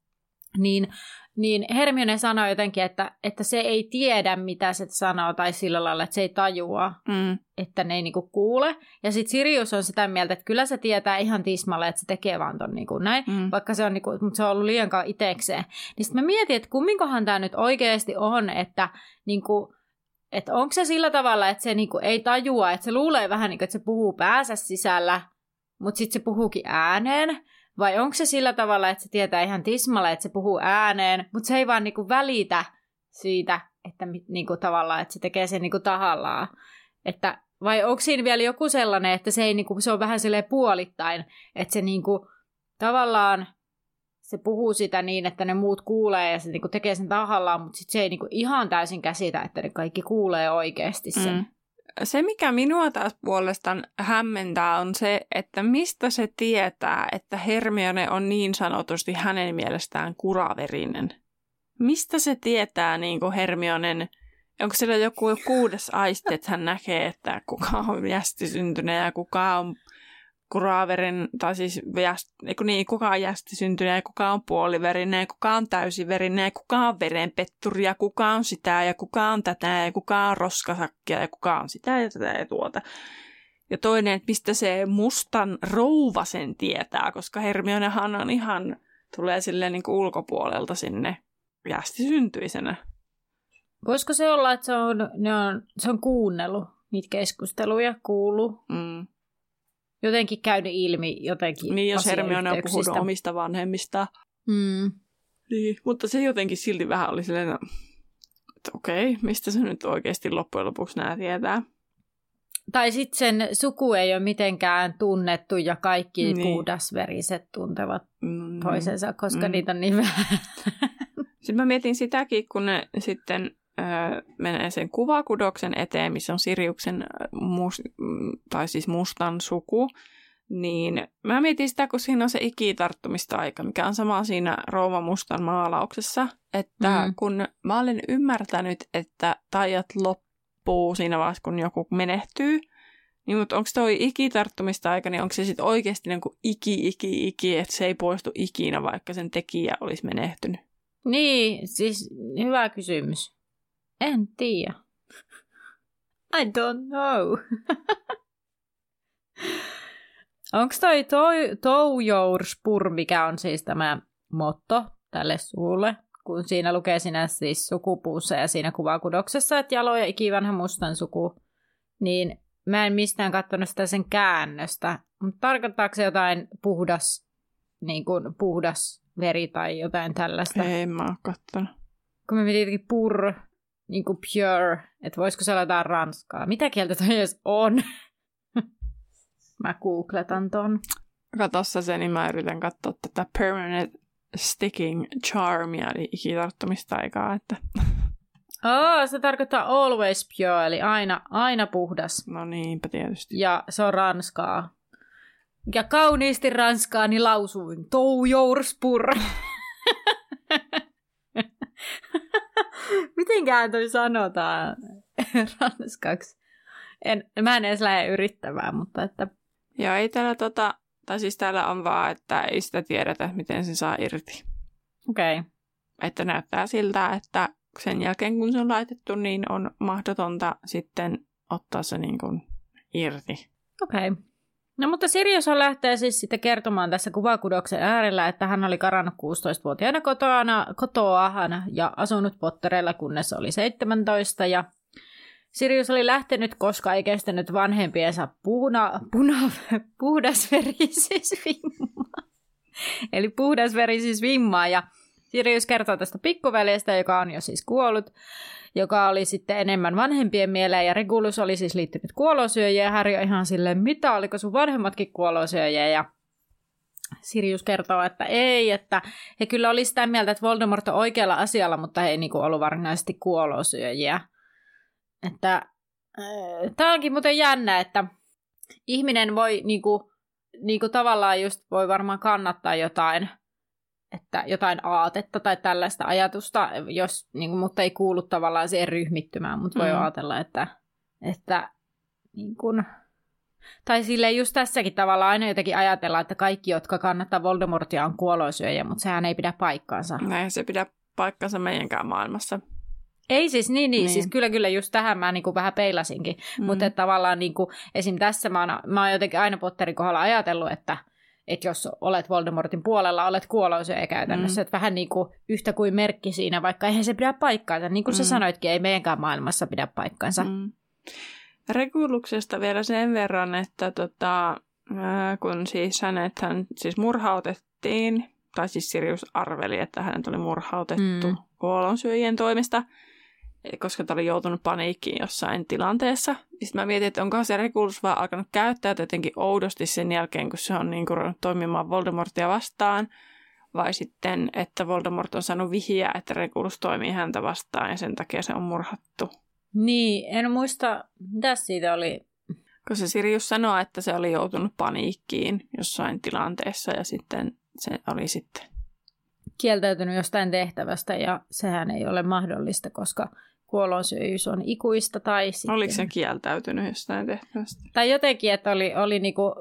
niin, niin Hermione sanoo jotenkin, että, että se ei tiedä, mitä se sanoo, tai sillä lailla, että se ei tajua, mm. että ne ei niinku kuule. Ja sitten Sirius on sitä mieltä, että kyllä se tietää ihan tismalle, että se tekee vaan ton niinku näin, mm. vaikka se on, niinku, mutta se on ollut liian kauan itekseen. Niin sitten mä mietin, että kumminkohan tämä nyt oikeasti on, että niinku, että onko se sillä tavalla, että se niinku ei tajua, että se luulee vähän, niinku, että se puhuu päänsä sisällä, mutta sitten se puhuukin ääneen. Vai onko se sillä tavalla, että se tietää ihan tismalle, että se puhuu ääneen, mutta se ei vaan niinku välitä siitä, että niinku tavallaan, että se tekee sen niinku tahallaan. Että, vai onko siinä vielä joku sellainen, että se, ei, niinku, se on vähän silleen puolittain, että se niinku, tavallaan se puhuu sitä niin, että ne muut kuulee ja se niinku tekee sen tahallaan, mutta sitten se ei niinku ihan täysin käsitä, että ne kaikki kuulee oikeasti sen. Mm. Se, mikä minua taas puolestaan hämmentää, on se, että mistä se tietää, että Hermione on niin sanotusti hänen mielestään kuraverinen. Mistä se tietää niin kuin Hermionen, onko siellä joku kuudes aisti, että hän näkee, että kuka on jästisyntynyt ja kuka on kuraverin, tai siis jäst, niin, kuka on jästisyntynyt ja kuka on puoliverinen ja kuka on täysiverinen ja kuka on verenpetturi ja kuka on sitä ja kuka on tätä ja kuka on roskasakkia ja kuka on sitä ja tätä ja tuota. Ja toinen, että mistä se mustan rouva sen tietää, koska Hermionehan on ihan, tulee silleen niin kuin ulkopuolelta sinne jästisyntyisenä. Voisiko se olla, että se on, ne on, se on kuunnellut niitä keskusteluja, kuullut? Mm. Jotenkin käynyt ilmi jotenkin niin, jos Hermione on puhunut omista vanhemmista. Mm. Niin, mutta se jotenkin silti vähän oli silleen, että okei, mistä se nyt oikeasti loppujen lopuksi nämä tietää. Tai sitten sen suku ei ole mitenkään tunnettu ja kaikki niin. puhdasveriset tuntevat mm. toisensa, koska mm. niitä on niin vähän. Sitten mä mietin sitäkin, kun ne sitten öö, menee sen kuvakudoksen eteen, missä on Siriuksen mus, tai siis mustan suku, niin mä mietin sitä, kun siinä on se ikitarttumistaika, mikä on sama siinä Rouva mustan maalauksessa, että mm. kun mä olen ymmärtänyt, että taijat loppuu siinä vaiheessa, kun joku menehtyy, niin mutta onko toi ikitarttumistaika, niin onko se sitten oikeasti niin kuin iki, iki, iki, että se ei poistu ikinä, vaikka sen tekijä olisi menehtynyt? Niin, siis hyvä kysymys. En tiedä. I don't know. Onko toi Toujourspur, mikä on siis tämä motto tälle suulle, kun siinä lukee siinä siis sukupuussa ja siinä kuvakudoksessa, että jalo ja ikivanha mustan suku, niin mä en mistään katsonut sitä sen käännöstä, mutta tarkoittaako se jotain puhdas, niin kuin puhdas veri tai jotain tällaista? Ei, en mä oon katsonut. Kun me mietin pur, niin kuin pure, että voisiko se olla jotain ranskaa. Mitä kieltä toi edes on? Mä googletan ton. Katossa se, niin mä yritän katsoa tätä permanent sticking charmia, eli ikitarttumistaikaa, että... Oh, se tarkoittaa always pure, eli aina, aina puhdas. No niinpä tietysti. Ja se on ranskaa. Ja kauniisti ranskaa, niin lausuin, tou jours pur. Mitenkään toi sanotaan ranskaksi? En, mä en edes lähde yrittämään, mutta että... Joo, ei täällä tota... Tai siis täällä on vaan, että ei sitä tiedetä, miten se saa irti. Okei. Okay. Että näyttää siltä, että sen jälkeen kun se on laitettu, niin on mahdotonta sitten ottaa se niin kuin irti. Okei. Okay. No mutta Sirius on lähtee siis sitten kertomaan tässä kuvakudoksen äärellä, että hän oli karannut kuusitoistavuotiaana kotoana, kotoahan ja asunut Potterella, kunnes oli seitsemäntoista. Ja Sirius oli lähtenyt, koska ei kestänyt vanhempiensa puna, puna, puhdasverisisvimmaa. Eli puhdasverisisvimmaa. Ja Sirius kertoo tästä pikkuveljestä, joka on jo siis kuollut, joka oli sitten enemmän vanhempien mieleen. Ja Regulus oli siis liittynyt kuolosyöjiä. Ja Harry on ihan silleen, mitä, oliko sun vanhemmatkin kuolosyöjiä? Ja Sirius kertoo, että ei, että he kyllä oli sitä mieltä, että Voldemort on oikealla asialla, mutta he ei niinku ollut varsinaisesti kuolosyöjiä. Että äh, tämä onkin muuten jännä, että ihminen voi niinku, niinku tavallaan just voi varmaan kannattaa jotain, että jotain aatetta tai tällaista ajatusta, jos, niinku, mutta ei kuulu tavallaan siihen ryhmittymään, mutta voi mm. ajatella, että, että niin kun, tai silleen just tässäkin tavalla aina jotenkin ajatellaan, että kaikki, jotka kannattaa Voldemortia, on kuolosyöjä, mutta sehän ei pidä paikkaansa. Näin se pidä paikkansa meidänkään maailmassa. Ei siis, niin, niin, niin. Siis kyllä, kyllä just tähän mä niin kuin vähän peilasinkin, mm. mutta että tavallaan niin kuin, esim. Tässä mä oon, mä oon jotenkin aina Potterin kohdalla ajatellut, että, että jos olet Voldemortin puolella, olet kuolosyöjä käytännössä, mm. että vähän niin kuin yhtä kuin merkki siinä, vaikka eihän se pidä paikkaansa, niin kuin mm. sä sanoitkin, ei meidänkään maailmassa pidä paikkaansa. Mm. Reguluksesta vielä sen verran, että tota, kun siis hänet hän siis murhautettiin, tai siis Sirius arveli, että hänet oli murhautettu mm. kuolonsyöjien toimesta, koska tämä oli joutunut paniikkiin jossain tilanteessa. Sitten mä mietin, että onkohan se Regulus vaan alkanut käyttää jotenkin oudosti sen jälkeen, kun se on niin kuin toimimaan Voldemortia vastaan, vai sitten, että Voldemort on saanut vihjeä, että Regulus toimii häntä vastaan ja sen takia se on murhattu. Niin, en muista, mitä siitä oli. Koska Sirius sanoi, että se oli joutunut paniikkiin jossain tilanteessa ja sitten se oli sitten kieltäytynyt jostain tehtävästä ja sehän ei ole mahdollista, koska kuolonsyöjyys on ikuista. Tai sitten... Oliko se kieltäytynyt jostain tehtävästä? Tai jotenkin, että oli, oli niinku,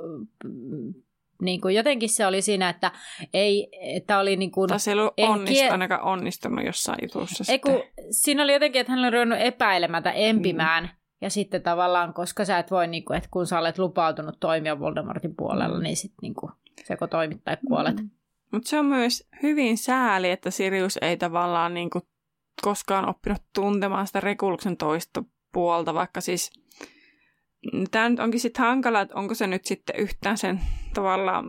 niinku, jotenkin se oli siinä, että ei, että oli niinku... Tai se ei ollut onnist, kiel... ainakaan onnistunut jossain jutussa ei, sitten. Siinä oli jotenkin, että hän oli ruvennut epäilemään tai empimään. Mm. Ja sitten tavallaan, koska sä et voi, niinku, että kun sä olet lupautunut toimia Voldemortin puolella, mm. niin sitten niinku, seko toimit tai kuolet. Mm. Mutta se on myös hyvin sääli, että Sirius ei tavallaan niinku koskaan oppinut tuntemaan sitä Reguluksen toista puolta, vaikka siis tämä nyt onkin sitten hankala, että onko se nyt sitten yhtään sen tavallaan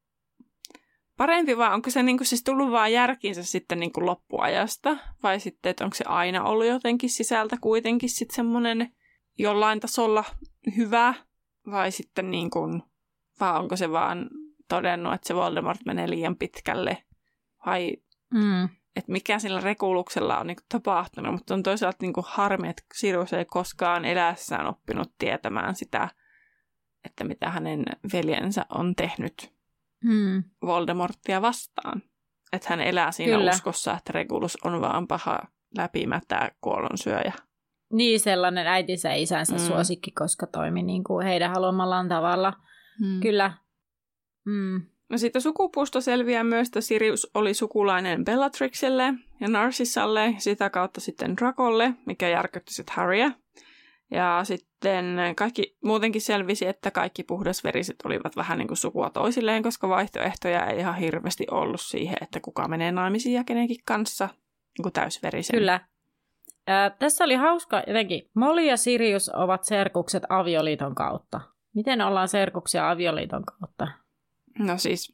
parempi, vai onko se niinku siis tullut vaan järkiinsä sitten niinku loppuajasta, vai sitten, että onko se aina ollut jotenkin sisältä kuitenkin sitten semmoinen jollain tasolla hyvä, vai sitten niinku, vai onko se vaan todennut, että se Voldemort menee liian pitkälle, vai mm. että mikä sillä Reguluksella on niinku tapahtunut, mutta on toisaalta niinku harmi, että Sirius ei koskaan eläessään oppinut tietämään sitä, että mitä hänen veljensä on tehnyt mm. Voldemortia vastaan. Että hän elää siinä Kyllä. uskossa, että Regulus on vaan paha läpimätää kuolonsyöjä. Niin, sellainen äitinsä ja isänsä mm. suosikki, koska toimi niin kuin heidän haluamallaan tavalla. Mm. Kyllä. Mm. No siitä sukupuusta selviää myös, että Sirius oli sukulainen Bellatrixelle ja Narcissalle, sitä kautta sitten Dracolle, mikä järkytti sitten Harryä. Ja sitten kaikki muutenkin selvisi, että kaikki puhdasveriset olivat vähän niin kuin sukua toisilleen, koska vaihtoehtoja ei ihan hirveästi ollut siihen, että kuka menee naimisiin ja kenenkin kanssa niin kuin täysverisen. Kyllä. Ää, tässä oli hauska jotenkin. Molly ja Sirius ovat serkukset avioliiton kautta. Miten ollaan serkuksia avioliiton kautta? No siis...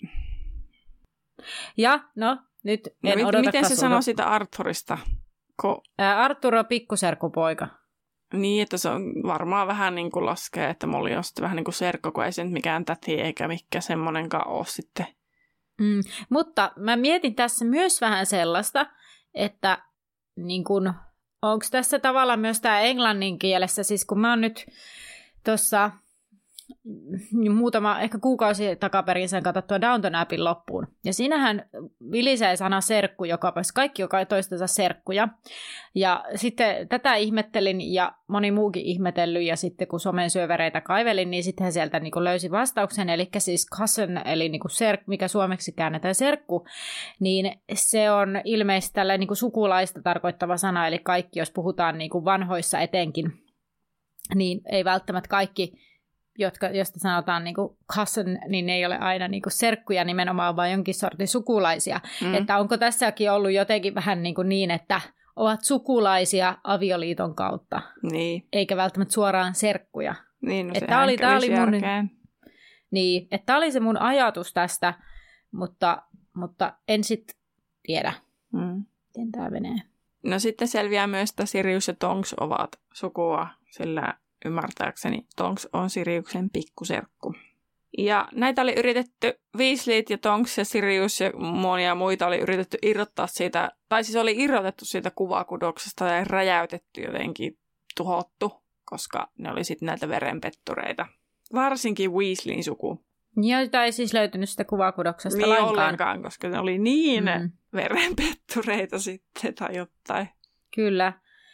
Ja, no, nyt en no, odota miten se sulta. sanoo sitä Arthurista? Ko... Ää, Arthur on pikkuserkkupoika. Niin, että se on varmaan vähän niin kuin laskee, että Molly on sitten vähän niin kuin serkko, kun ei se nyt mikään täti eikä mikään semmonenkaan ole sitten. Mm, mutta mä mietin tässä myös vähän sellaista, että niin kun, onko tässä tavallaan myös tämä englannin kielessä, siis kun mä oon nyt tuossa muutama, ehkä kuukausi takaperin sen katsottua Downton Abbeyn loppuun. Ja siinähän vilisee sana serkku joka paikassa, kaikki joka toistensa serkkuja. Ja sitten tätä ihmettelin ja moni muukin ihmetellyt, ja sitten kun somen syövereitä kaivelin, niin sitten sieltä niin kuin löysi vastauksen, eli siis cousin, eli niin kuin serk, mikä suomeksi käännetään serkku, niin se on ilmeisesti tällainen niin kuin sukulaista tarkoittava sana, eli kaikki, jos puhutaan niin kuin vanhoissa etenkin, niin ei välttämättä kaikki jotka, josta sanotaan niin kuin cousin, niin ne ei ole aina niin kuin serkkuja nimenomaan, vaan jonkin sortin sukulaisia. Mm. Että onko tässäkin ollut jotenkin vähän niin, kuin niin, että ovat sukulaisia avioliiton kautta, niin. Eikä välttämättä suoraan serkkuja. Niin, no että oli, tämä oli mun, niin, että tämä oli se mun ajatus tästä, mutta, mutta en sitten tiedä, mm. miten tämä menee. No sitten selviää myös, että Sirius ja Tonks ovat sukua, sillä ymmärtääkseni Tonks on Siriuksen pikkuserkku. Ja näitä oli yritetty, Weasleyt ja Tonks ja Sirius ja monia muita oli yritetty irrottaa siitä, tai siis oli irrotettu siitä kuvakudoksesta ja räjäytetty jotenkin, tuhottu, koska ne oli sitten näitä verenpettureita. Varsinkin Weasleyn suku. Joita ei siis löytynyt sitä kuvakudoksesta niin lainkaan. ollenkaan, koska ne oli niin mm. verenpettureita sitten tai jotain. Kyllä.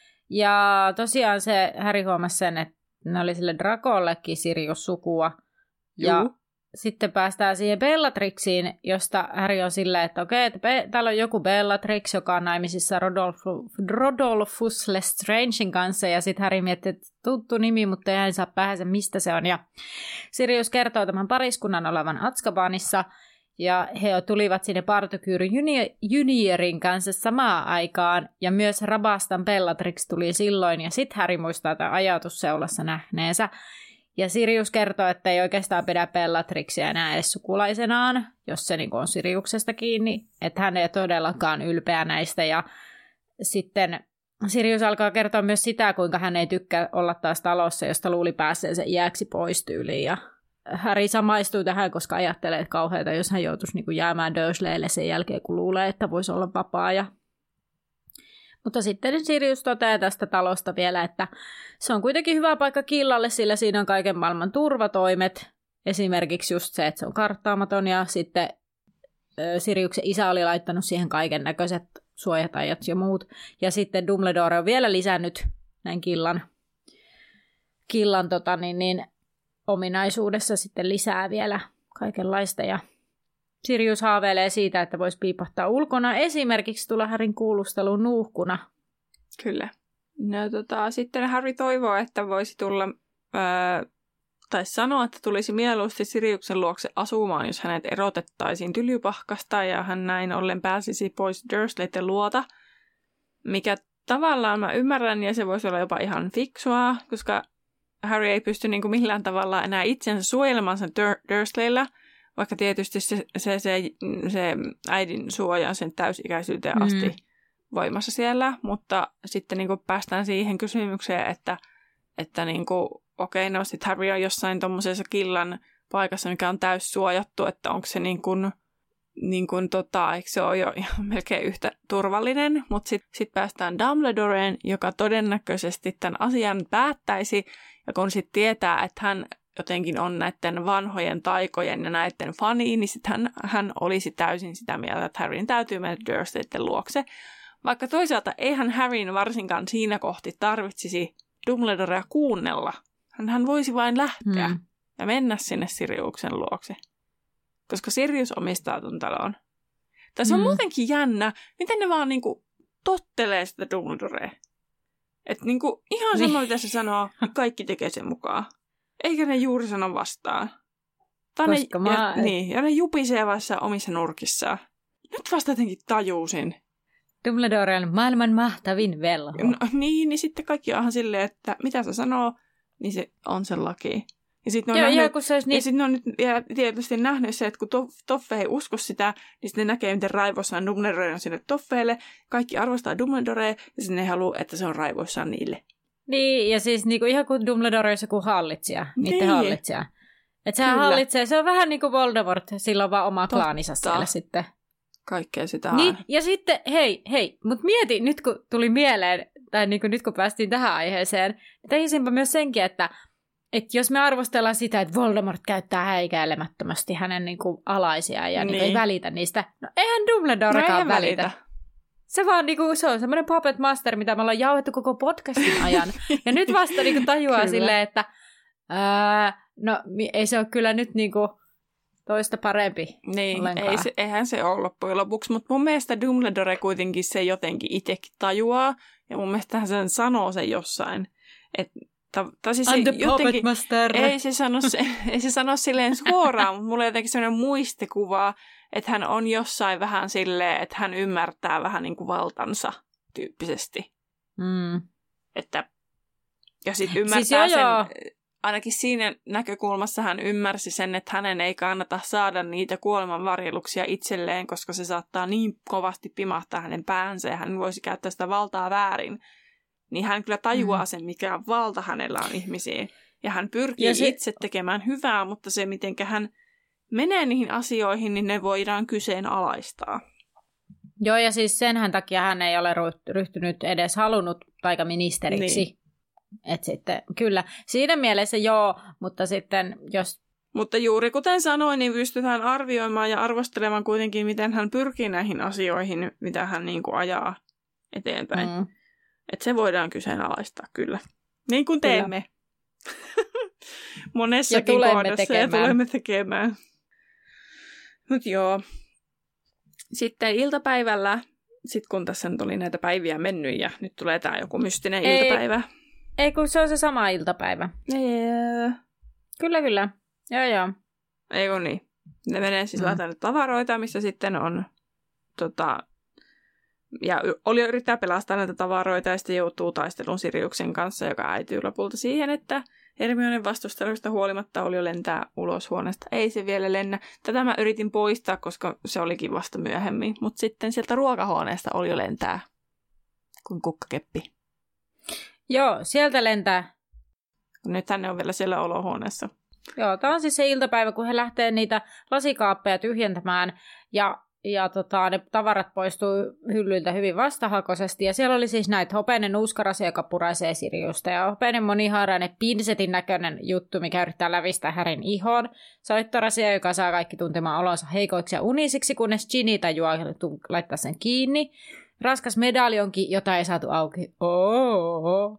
Ja tosiaan se Harry huomasi sen, että ne oli sille Dracollekin Sirius-sukua. Ja Juh. sitten päästään siihen Bellatrixiin, josta Harry on silleen, että okei, että be- täällä on joku Bellatrix, joka on naimisissa Rodolf- Rodolphus Lestrangein kanssa. Ja sitten Harry miettii, että tuttu nimi, mutta ei hän saa päähän, mistä se on. Ja Sirius kertoo tämän pariskunnan olevan Azkabanissa. Ja he tulivat sinne Partokyyry juniorin kanssa samaan aikaan, ja myös Rabastan Bellatrix tuli silloin, ja sitten Harry muistaa tämän ajatusseulassa nähneensä. Ja Sirius kertoo, että ei oikeastaan pidä Bellatrixia enää edes sukulaisenaan, jos se niin on Siriuksesta kiinni, että hän ei todellakaan ylpeä näistä. Ja sitten Sirius alkaa kertoa myös sitä, kuinka hän ei tykkää olla taas talossa, josta luuli päässeensä iäksi pois tyyliin, ja Harry samaistuu tähän, koska ajattelee, että kauheata, jos hän joutuisi niin kuin jäämään Dursleylle sen jälkeen, kun luulee, että voisi olla vapaa. Ja... Mutta sitten Sirius toteaa tästä talosta vielä, että se on kuitenkin hyvä paikka killalle, sillä siinä on kaiken maailman turvatoimet. Esimerkiksi just se, että se on karttaamaton, ja sitten Siriuksen isä oli laittanut siihen kaiken näköiset suojatajat ja muut. Ja sitten Dumbledore on vielä lisännyt näin killan, killan tota, niin, niin, ominaisuudessa sitten lisää vielä kaikenlaista, ja Sirius haaveilee siitä, että voisi piipahtaa ulkona, esimerkiksi tulla Harryn kuulusteluun nuuhkuna. Kyllä. No tota, sitten Harry toivoo, että voisi tulla, öö, tai sanoa, että tulisi mieluusti Siriuksen luokse asumaan, jos hänet erotettaisiin Tylypahkasta, ja hän näin ollen pääsisi pois Dursleyten luota, mikä tavallaan mä ymmärrän, ja se voisi olla jopa ihan fiksua, koska Harry ei pysty niin kuin millään tavalla enää itsensä suojelemaan sen Dur- Dursleyllä, vaikka tietysti se, se, se, se äidin suoja on sen täysikäisyyteen asti mm. voimassa siellä, mutta sitten niin kuin päästään siihen kysymykseen, että, että niin kuin, okei, no sitten Harry on jossain tuommoisessa killan paikassa, mikä on täys suojattu, että onko se niin kuin, niin kuin tota, eikö se ole jo melkein yhtä turvallinen, mutta sitten sit päästään Dumbledoreen, joka todennäköisesti tämän asian päättäisi, ja kun sitten tietää, että hän jotenkin on näiden vanhojen taikojen ja näiden fani, niin sitten hän, hän olisi täysin sitä mieltä, että Harryn täytyy mennä Dursleyten luokse. Vaikka toisaalta eihän Harryn varsinkaan siinä kohti tarvitsisi Dumbledorea kuunnella. Hän, hän voisi vain lähteä mm. ja mennä sinne Siriuksen luokse, koska Sirius omistaa ton talon. Tai se on mm. muutenkin jännä, miten ne vaan niinku tottelee sitä Dumbledorea. Että niinku ihan Niin. sama, mitä se sanoo, kaikki tekee sen mukaan. Eikä ne juuri sano vastaan. Tai Koska ne, mä... ja, niin, ja ne jupisee vasta omissa nurkissaan. Nyt vasta jotenkin tajusin. Dumbledore on maailman mahtavin velho. No, niin, niin sitten kaikki onhan silleen, että mitä se sanoo, niin se on se laki. Ja sitten ne on, Joo, nähnyt, joo, kun se olisi niin... ja sit ne on nyt ja tietysti nähnyt se, että kun Toff, Toffe ei usko sitä, niin sitten ne näkee, miten raivoissaan Dumbledore on sinne Toffeelle. Kaikki arvostaa Dumbledorea, ja sitten ne ei halua, että se on raivoissaan niille. Niin, ja siis niinku, ihan kuin Dumbledore olisi joku hallitsija, niiden Niin. hallitsija. Että sehän Kyllä. hallitsee, se on vähän niin kuin Voldemort, sillä on vaan oma Totta. klaanissa siellä sitten. Kaikkea sitä Niin, on. ja sitten, hei, hei, mutta mieti, nyt kun tuli mieleen, tai niin kuin nyt kun päästiin tähän aiheeseen, tehisinpä myös senkin, että, että jos me arvostellaan sitä, että Voldemort käyttää häikäilemättömästi hänen niin kuin alaisiaan ja niin. Niin kuin ei Niin. välitä niistä, no eihän Dumbledorekaan No eihän välitä. välitä. Se vaan niinku, se on semmoinen puppet master, mitä me ollaan jauhettu koko podcastin ajan. Ja nyt vasta niinku tajuaa Kyllä. silleen, että ää, no ei se ole kyllä nyt niinku toista parempi Niin, ollenkaan. ei se, eihän se ole loppujen lopuksi, mutta mun mielestä Dumbledore kuitenkin se jotenkin itsekin tajuaa, ja mun mielestä hän sen sanoo sen jossain. Et, ta, ta siis se I'm the puppet jotenkin, master. ei se sano, se, ei se sano silleen suoraan, mutta mulla on jotenkin sellainen muistikuva, että hän on jossain vähän silleen, että hän ymmärtää vähän niin kuin valtansa tyyppisesti. Mm. Että, ja sitten ymmärtää Siis joo, sen, joo. ainakin siinä näkökulmassa hän ymmärsi sen, että hänen ei kannata saada niitä kuolemanvarjeluksia itselleen, koska se saattaa niin kovasti pimahtaa hänen päänsä ja hän voisi käyttää sitä valtaa väärin. Niin hän kyllä tajuaa Mm. sen, mikä valta hänellä on ihmisiin. Ja hän pyrkii Ja se- itse tekemään hyvää, mutta se, miten hän menee niihin asioihin, niin ne voidaan kyseenalaistaa. Joo, ja siis senhän takia hän ei ole ryhtynyt edes halunnut taikaministeriksi. Niin. Et sitten, kyllä, siinä mielessä joo, mutta sitten jos... Mutta juuri kuten sanoin, niin pystytään arvioimaan ja arvostelemaan kuitenkin, miten hän pyrkii näihin asioihin, mitä hän niin kuin ajaa eteenpäin. Mm. Että se voidaan kyseenalaistaa, kyllä. Niin kuin Kyllä. teemme. Monessakin Ja tulemme kohdassa tekemään. ja tulemme tekemään. Mut joo. Sitten iltapäivällä, sit kun tässä nyt oli näitä päiviä mennyt ja nyt tulee tää joku mystinen Ei. iltapäivä. Ei, kun se on se sama iltapäivä. Eee. Kyllä, kyllä. Joo, joo. Ei kun niin. Ne menee siis Mm. mm. tänne tavaroita, missä sitten on tota, ja Olio yrittää pelastaa näitä tavaroita ja sitten joutuu taistelun Siriuksen kanssa, joka äityy lopulta siihen, että Hermionen vastustelusta huolimatta Olio lentää ulos huoneesta. Ei se vielä lennä. Tätä mä yritin poistaa, koska se olikin vasta myöhemmin. Mutta sitten sieltä ruokahuoneesta Olio lentää kuin kukkakeppi. Joo, sieltä lentää. Nyt hän on vielä siellä olohuoneessa. Joo, tämä on siis se iltapäivä, kun he lähtee niitä lasikaappeja tyhjentämään ja, ja tota, ne tavarat poistuu hyllyiltä hyvin vastahakoisesti. Ja siellä oli siis näitä hopeinen nuuskarasia, joka puraisee Siriusta ja hopeinen monihaarainen pinsetin näköinen juttu, mikä yrittää lävistää Härin ihoon. Soittorasia, joka saa kaikki tuntemaan olonsa heikoiksi ja unisiksi, kunnes Ginny tajuaa laittaa sen kiinni. Raskas medaljonki, jota ei saatu auki. Oh.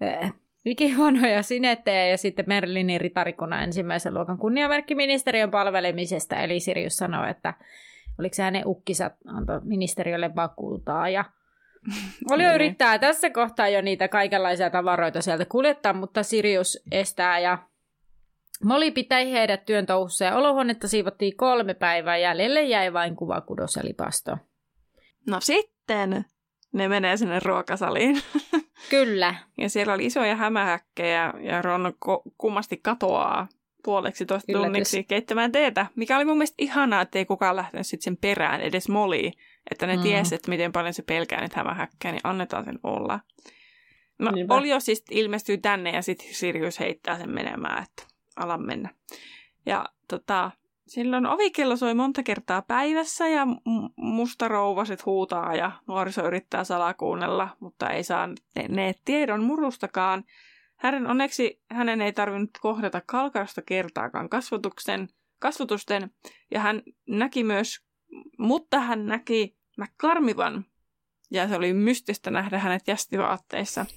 Ikihuonoja sinettejä ja sitten Merlinin ritarikunnan ensimmäisen luokan kunniamerkki ministeriön palvelemisesta. Eli Sirius sanoi, että oliko se hänen ukkinsa antoi ministeriölle vaan kultaa. Ja Olio Niin. yrittää tässä kohtaa jo niitä kaikenlaisia tavaroita sieltä kuljettaa, mutta Sirius estää ja Molly pitäi heidät työn touhussa ja olohuonetta siivottiin kolme päivää. Jäljelle jäi vain kuva, kudos ja lipasto. No sitten ne menee sinne ruokasaliin. Kyllä. Ja siellä oli isoja hämähäkkejä ja Ron ko- kummasti katoaa puoleksi toista Yllätys. tunniksi keittämään teetä, mikä oli mun mielestä ihanaa, että ei kukaan lähtenyt sit sen perään, edes Molly, että ne Mm. mm. tiesi, että miten paljon se pelkää niitä hämähäkkejä, niin annetaan sen olla. No, Niinpä. Olio siis ilmestyy tänne ja sitten Sirius heittää sen menemään, että ala mennä. Ja tota, silloin ovikello soi monta kertaa päivässä ja m- mustarouvaset huutaa ja nuoriso yrittää salakuunnella, mutta ei saa ne, ne tiedon murustakaan. Hänen onneksi hänen ei tarvinnut kohdata kalkarasta kertaakaan kasvatuksen, kasvatusten ja hän näki myös, mutta hän näki McCormivan ja se oli mystistä nähdä hänet jästivaatteissa.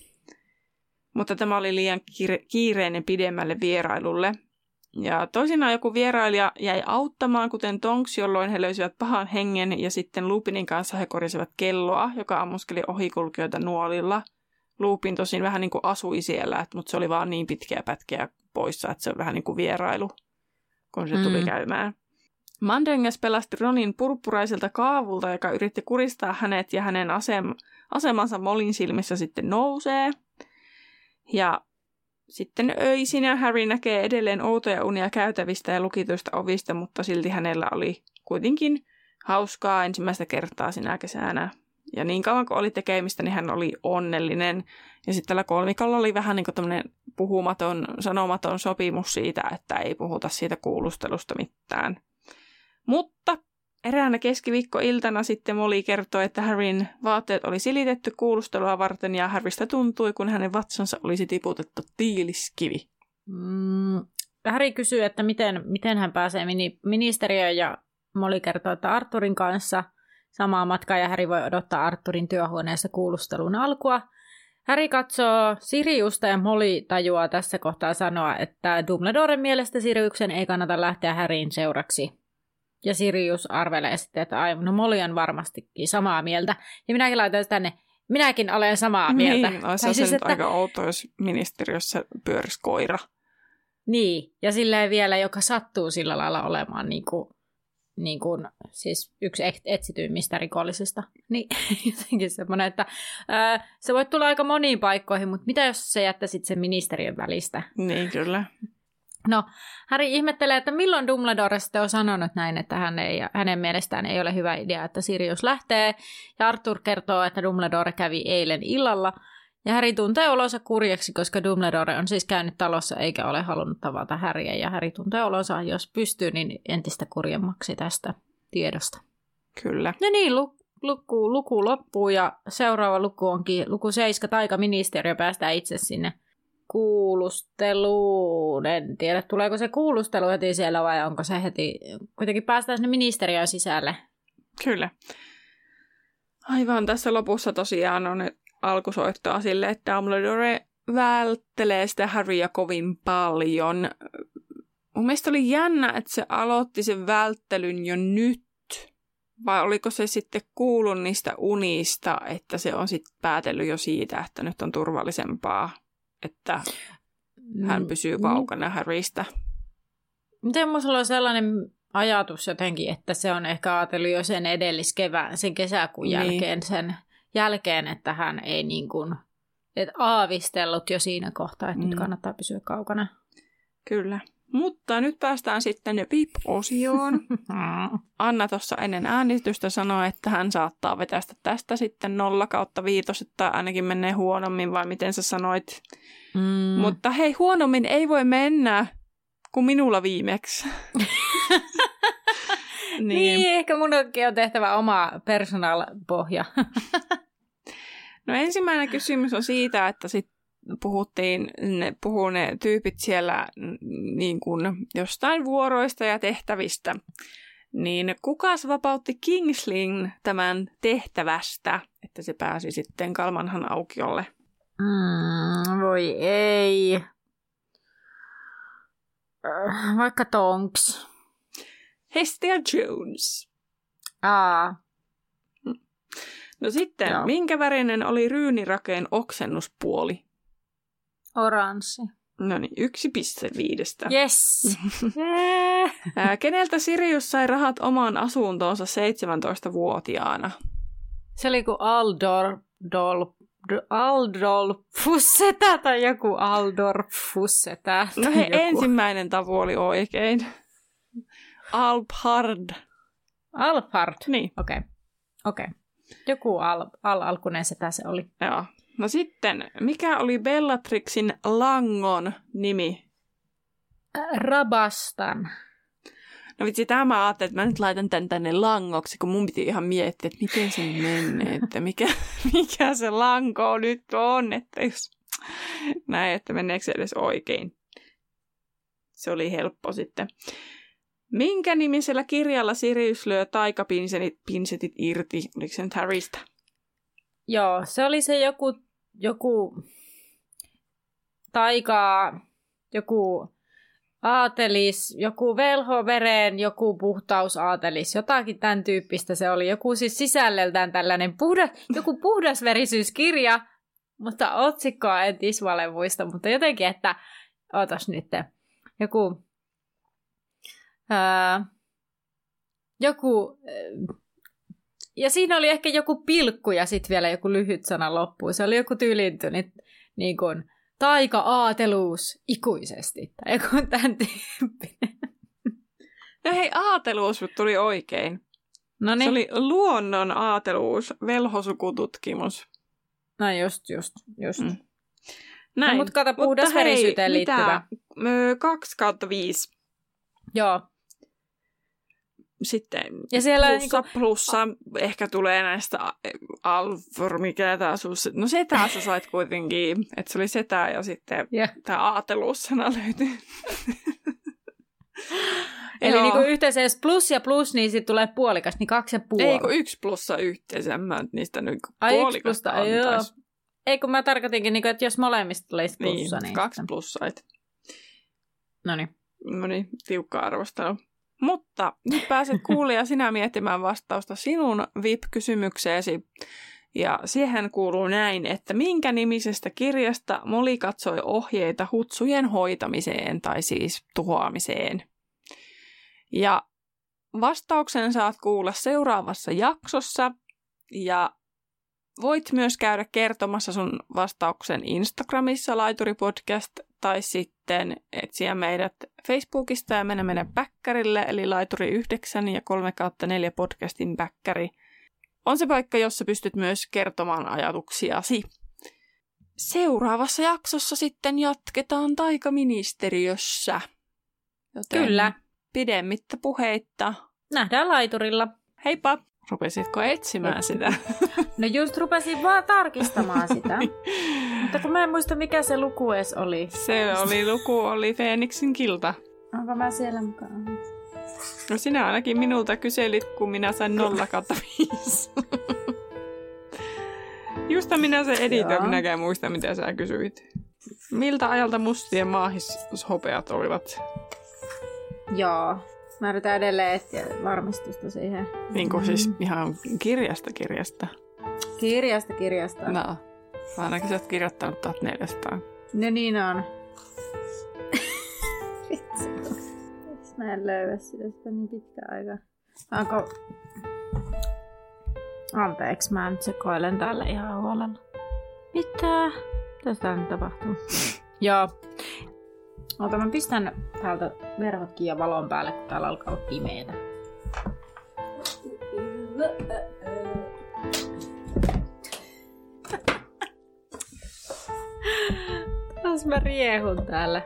Mutta tämä oli liian kiire- kiireinen pidemmälle vierailulle. Ja toisinaan joku vierailija jäi auttamaan, kuten Tonks, jolloin he löysivät pahan hengen ja sitten Lupinin kanssa he korjasivat kelloa, joka ammuskeli ohikulkijoita nuolilla. Lupin tosin vähän niin kuin asui siellä, mutta se oli vaan niin pitkiä pätkiä poissa, että se on vähän niin kuin vierailu, kun se tuli mm. käymään. Mandangas pelasti Ronin purppuraiselta kaavulta, joka yritti kuristaa hänet, ja hänen asem- asemansa Mollyn silmissä sitten nousee. Ja sitten öisinä Harry näkee edelleen outoja unia käytävistä ja lukituista ovista, mutta silti hänellä oli kuitenkin hauskaa ensimmäistä kertaa sinä kesänä. Ja niin kauan kuin oli tekemistä, niin hän oli onnellinen. Ja sitten tällä kolmikolla oli vähän niin kuin tämmöinen puhumaton, sanomaton sopimus siitä, että ei puhuta siitä kuulustelusta mitään. Mutta eräänä keskiviikkoiltana sitten Molly kertoi, että Harryn vaatteet oli silitetty kuulustelua varten ja Harrystä tuntui, kun hänen vatsansa olisi tiputettu tiiliskivi. Mm, Harry kysyy, että miten, miten hän pääsee mini- ministeriöön ja Molly kertoo, että Arthurin kanssa samaa matkaa ja Harry voi odottaa Arthurin työhuoneessa kuulustelun alkua. Harry katsoo Siriusta ja Molly tajuaa tässä kohtaa sanoa, että Dumbledoren mielestä Siriuksen ei kannata lähteä Harryn seuraksi. Ja Sirius arvelee sitten, että ai, no Molly on varmastikin samaa mieltä. Ja minäkin laitan tänne, minäkin olen samaa mieltä. Niin, olisi se siis, nyt että... aika outo, jos ministeriössä pyörisi koira. Niin, ja silleen vielä, joka sattuu sillä lailla olemaan niin kuin, niin kuin, siis yksi etsityimmistä rikollisista. Niin jotenkin semmoinen, että ää, se voi tulla aika moniin paikkoihin, mutta mitä jos se jättäisit sen ministeriön välistä? Niin, kyllä. No, Harry ihmettelee, että milloin Dumbledore sitten on sanonut näin, että hän ei, hänen mielestään ei ole hyvä idea, että Sirius lähtee. Ja Arthur kertoo, että Dumbledore kävi eilen illalla. Ja Harry tuntee olonsa kurjaksi, koska Dumbledore on siis käynyt talossa eikä ole halunnut tavata Harryä. Ja Harry tuntee olonsa, jos pystyy, niin entistä kurjemmaksi tästä tiedosta. Kyllä. No niin, lu- luku, luku loppuu ja seuraava luku onkin luku seitsemän, taikaministeriö, päästään itse sinne kuulusteluun. En tiedä, tuleeko se kuulustelu heti siellä vai onko se heti, kuitenkin päästään sinne ministeriön sisälle. Kyllä. Aivan tässä lopussa tosiaan on alkusoittoa sille, että Dumbledore välttelee sitä Harryä kovin paljon. Mun mielestä oli jännä, että se aloitti sen välttelyn jo nyt. Vai oliko se sitten kuullut niistä unista, että se on sitten päätellyt jo siitä, että nyt on turvallisempaa, että hän pysyy kaukana Harrystä. Miten minulla on sellainen ajatus jotenkin, että se on ehkä ajatellut jo sen edelliskevään, sen kesäkuun niin. jälkeen, sen jälkeen, että hän ei niin kuin, että aavistellut jo siinä kohtaa, että mm. nyt kannattaa pysyä kaukana. Kyllä. Mutta nyt päästään sitten V I P-osioon. Anna tuossa ennen äänitystä sanoi, että hän saattaa vetästä tästä sitten nolla kautta viitos, että ainakin menee huonommin, vai miten sä sanoit. Mm. Mutta hei, huonommin ei voi mennä kuin minulla viimeksi. niin. niin, ehkä munkin on tehtävä oma personal-pohja. No ensimmäinen kysymys on siitä, että sit puhuttiin, ne, puhuu ne tyypit siellä niin kuin jostain vuoroista ja tehtävistä. Niin kukas vapautti Kingsleyn tämän tehtävästä, että se pääsi sitten Kalmanhan aukiolle? Mm, voi ei. Vaikka Tonks. Hestia Jones. Aa. No sitten, Joo. minkä värinen oli Ryynirakeen oksennuspuoli? Oranssi. No niin, yksi piste viidestä. Yes. yeah. Keneltä Sirius sai rahat omaan asuntoonsa seitsemäntoistavuotiaana? Se oli kuin Aldor, Dol, Aldolfusseta tai joku Aldorfusseta. No he, ensimmäinen tavu oli oikein. Alphard. Alphard? Niin. Okei. Okay. Okei. Okay. Joku al- al-alkunen setä se oli. Joo. No sitten, mikä oli Bellatrixin langon nimi? Rabastan. No vitsi, tämä ajattelin, että mä nyt laitan tän tänne langoksi, kun mun piti ihan miettiä, että miten se menee, että mikä, mikä se lanko nyt on, että jos näin, että meneekö se edes oikein. Se oli helppo sitten. Minkä nimisellä kirjalla Sirius lyö taikapinsetit irti? Oliko se nyt Harrystä? Joo, se oli se joku, joku taikaa, joku aatelis, joku velhoveren, joku puhtausaatelis, jotakin tämän tyyppistä se oli. Joku siis sisällöltään tällainen puhdas, joku puhdasverisyyskirja, mutta otsikkoa en tismalle muista, mutta jotenkin, että ootas nyt, joku, ää, joku, ja siinä oli ehkä joku pilkku ja sitten vielä joku lyhyt sana loppuun. Se oli joku tylintynyt niin kuin taika-aateluus ikuisesti, tai joku tämän tyyppinen. No hei, aateluus tuli oikein. Noniin. Se oli luonnon aateluus, velhosukututkimus. No just, just, just. Mm. Näin. No, mutta kato, puhdas verisyyteen liittyvä. Kaksi kautta viisi. Joo. Sitten ja siellä plussa, niinku... plussa ehkä tulee näistä alfor, mikä tää sus... No setää sä sait kuitenkin, että se oli setää ja sitten yeah. Tää aateluus-sana löytyy. Eli niinku yhteensä jos plus ja plus, niin sitten tulee puolikas, niin kaksi ja puoli. Ei kun yksi plussa yhteensä, mä niistä nyt puolikasta antais. Ei kun mä tarkoitinkin, niinku, että jos molemmista tulisi plussa. Niin, niin kaksi plussait. Noniin. Noniin, tiukka arvostelu. Mutta nyt pääset kuulija sinä miettimään vastausta sinun V I P-kysymykseesi. Ja siihen kuuluu näin, että minkä nimisestä kirjasta Molly katsoi ohjeita hutsujen hoitamiseen tai siis tuhoamiseen. Ja vastauksen saat kuulla seuraavassa jaksossa ja voit myös käydä kertomassa sun vastauksen Instagramissa Laituripodcast tai sitten etsiä meidät Facebookista ja mennä meidän päkkärille eli Laituri yhdeksän ja kolme kautta neljä podcastin päkkäri. On se paikka, jossa pystyt myös kertomaan ajatuksiasi. Seuraavassa jaksossa sitten jatketaan taikaministeriössä. Joten kyllä. Pidemmittä puheitta. Nähdään laiturilla. Heippa! Rupesitko etsimään Heippa. Sitä? No just rupesin vaan tarkistamaan sitä. Mutta kun mä en muista, mikä se luku edes oli. Se oli luku, oli Feeniksin kilta. Onko mä siellä mukaan? No sinä ainakin minulta kyselit, kun minä sain nolla kautta viisi. Justa minä se editoin, minäkään muista, mitä sä kysyit. Miltä ajalta mustien maahishopeat olivat? Joo. Mä yritän edelleen etsiä varmistusta siihen. Niin kuin siis ihan kirjasta kirjasta. Kirjasta kirjasta. No. Ainakin sä oot kirjoittanut tuhatneljäsataa. No niin on. Mä en löydä sitä, sitä niin pitkä aika. Onko... Anteeksi, mä nyt sekoilen täällä ihan huolella. Mitä? Mitä täällä nyt tapahtuu? Joo. Ota, mä pistän täältä verhotkin ja valon päälle, kun täällä alkaa olla pimeetä. Taas mä riehun täällä.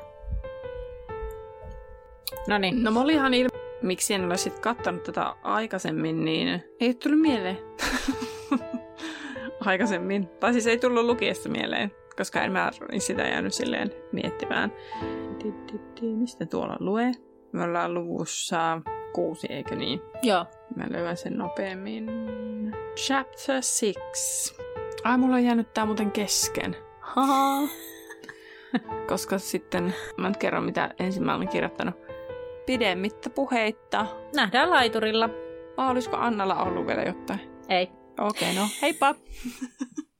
Noniin. No mä olin ihan ilme... Miksi en ole sit kattanut tätä aikaisemmin, niin ei tullut mieleen. Aikaisemmin. Tai siis ei tullut lukiessa mieleen, koska en mä sitä jäänyt silleen miettimään. Mistä tuolla lue? Me ollaan luvussa kuusi, eikö niin? Joo. Mä löydän sen nopeammin. Chapter six. Ai, mulla on jäänyt tää muuten kesken. Haha. Koska sitten, mä nyt kerron mitä ensin mä olen kirjoittanut. Pidemmittä puheitta. Nähdään laiturilla. Vai olisiko Annalla ollut vielä jotain? Ei. Okei, okay, no heippa!